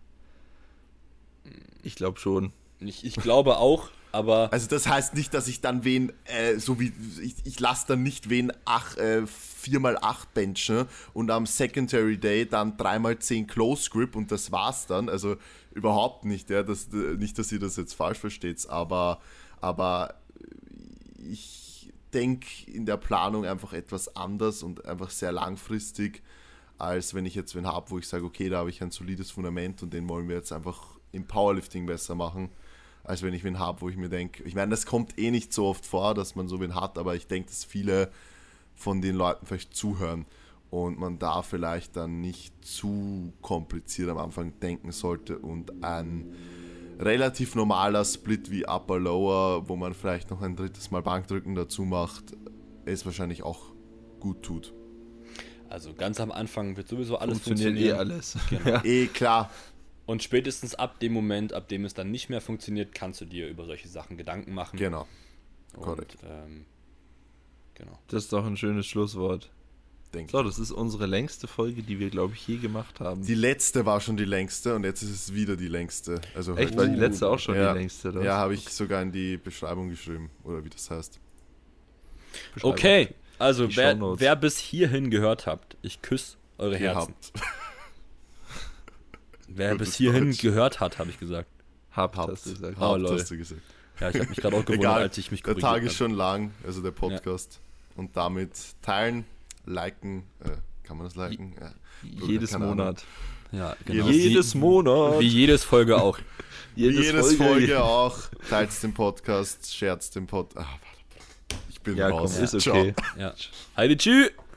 Ich glaube schon. Ich, ich glaube auch, aber Also das heißt nicht, dass ich dann wen, äh, so wie, ich, ich lasse dann nicht wen ach, äh, vier mal acht benchen und am Secondary Day dann drei mal zehn Close Grip und das war's dann. Also überhaupt nicht, ja, das, nicht, dass ihr das jetzt falsch versteht, aber, aber ich denke in der Planung einfach etwas anders und einfach sehr langfristig, als wenn ich jetzt wen habe, wo ich sage, okay, da habe ich ein solides Fundament und den wollen wir jetzt einfach im Powerlifting besser machen, als wenn ich wen habe, wo ich mir denke, ich meine, das kommt eh nicht so oft vor, dass man so wen hat, aber ich denke, dass viele von den Leuten vielleicht zuhören und man da vielleicht dann nicht zu kompliziert am Anfang denken sollte und ein relativ normaler Split wie Upper-Lower, wo man vielleicht noch ein drittes Mal Bankdrücken dazu macht, es wahrscheinlich auch gut tut. also ganz am Anfang wird sowieso alles Funktioniert funktionieren. eh alles. Genau. Ja. Eh, klar, Und spätestens ab dem Moment, ab dem es dann nicht mehr funktioniert, kannst du dir über solche Sachen Gedanken machen. genau. Und, korrekt. Ähm, genau. Das ist doch ein schönes Schlusswort. denke So, ich. das ist unsere längste Folge, die wir, glaube ich, je gemacht haben. Die letzte war schon die längste und jetzt ist es wieder die längste. Also Echt? heute- War die letzte auch schon ja. die längste? Oder? Ja, habe ich sogar in die Beschreibung geschrieben, oder wie das heißt. Beschreibung. Okay, also Die wer, Shownotes. wer bis hierhin gehört habt, ich küsse eure Herzen. Gehabt. Wer Gutes bis hierhin Deutsch. gehört hat, habe ich gesagt. Habt, Habt, hast du gesagt. Oh, habt lol. hast du gesagt. Ja, ich habe mich gerade auch gewundert, Egal, als ich mich der korrigiert Tag ist habe. schon lang, also der Podcast. Und damit teilen, liken, äh, kann man das liken? Ja. Jedes keine Ahnung. Monat. Ja, genau. Jedes wie, Monat. Wie jedes Folge auch. Jedes Jedes Folge, auch. Teilt den Podcast, scherzt den Podcast. Ah, warte. Ich bin Ja, raus. komm, ist Ciao. okay. Ja. Heide, tschüss!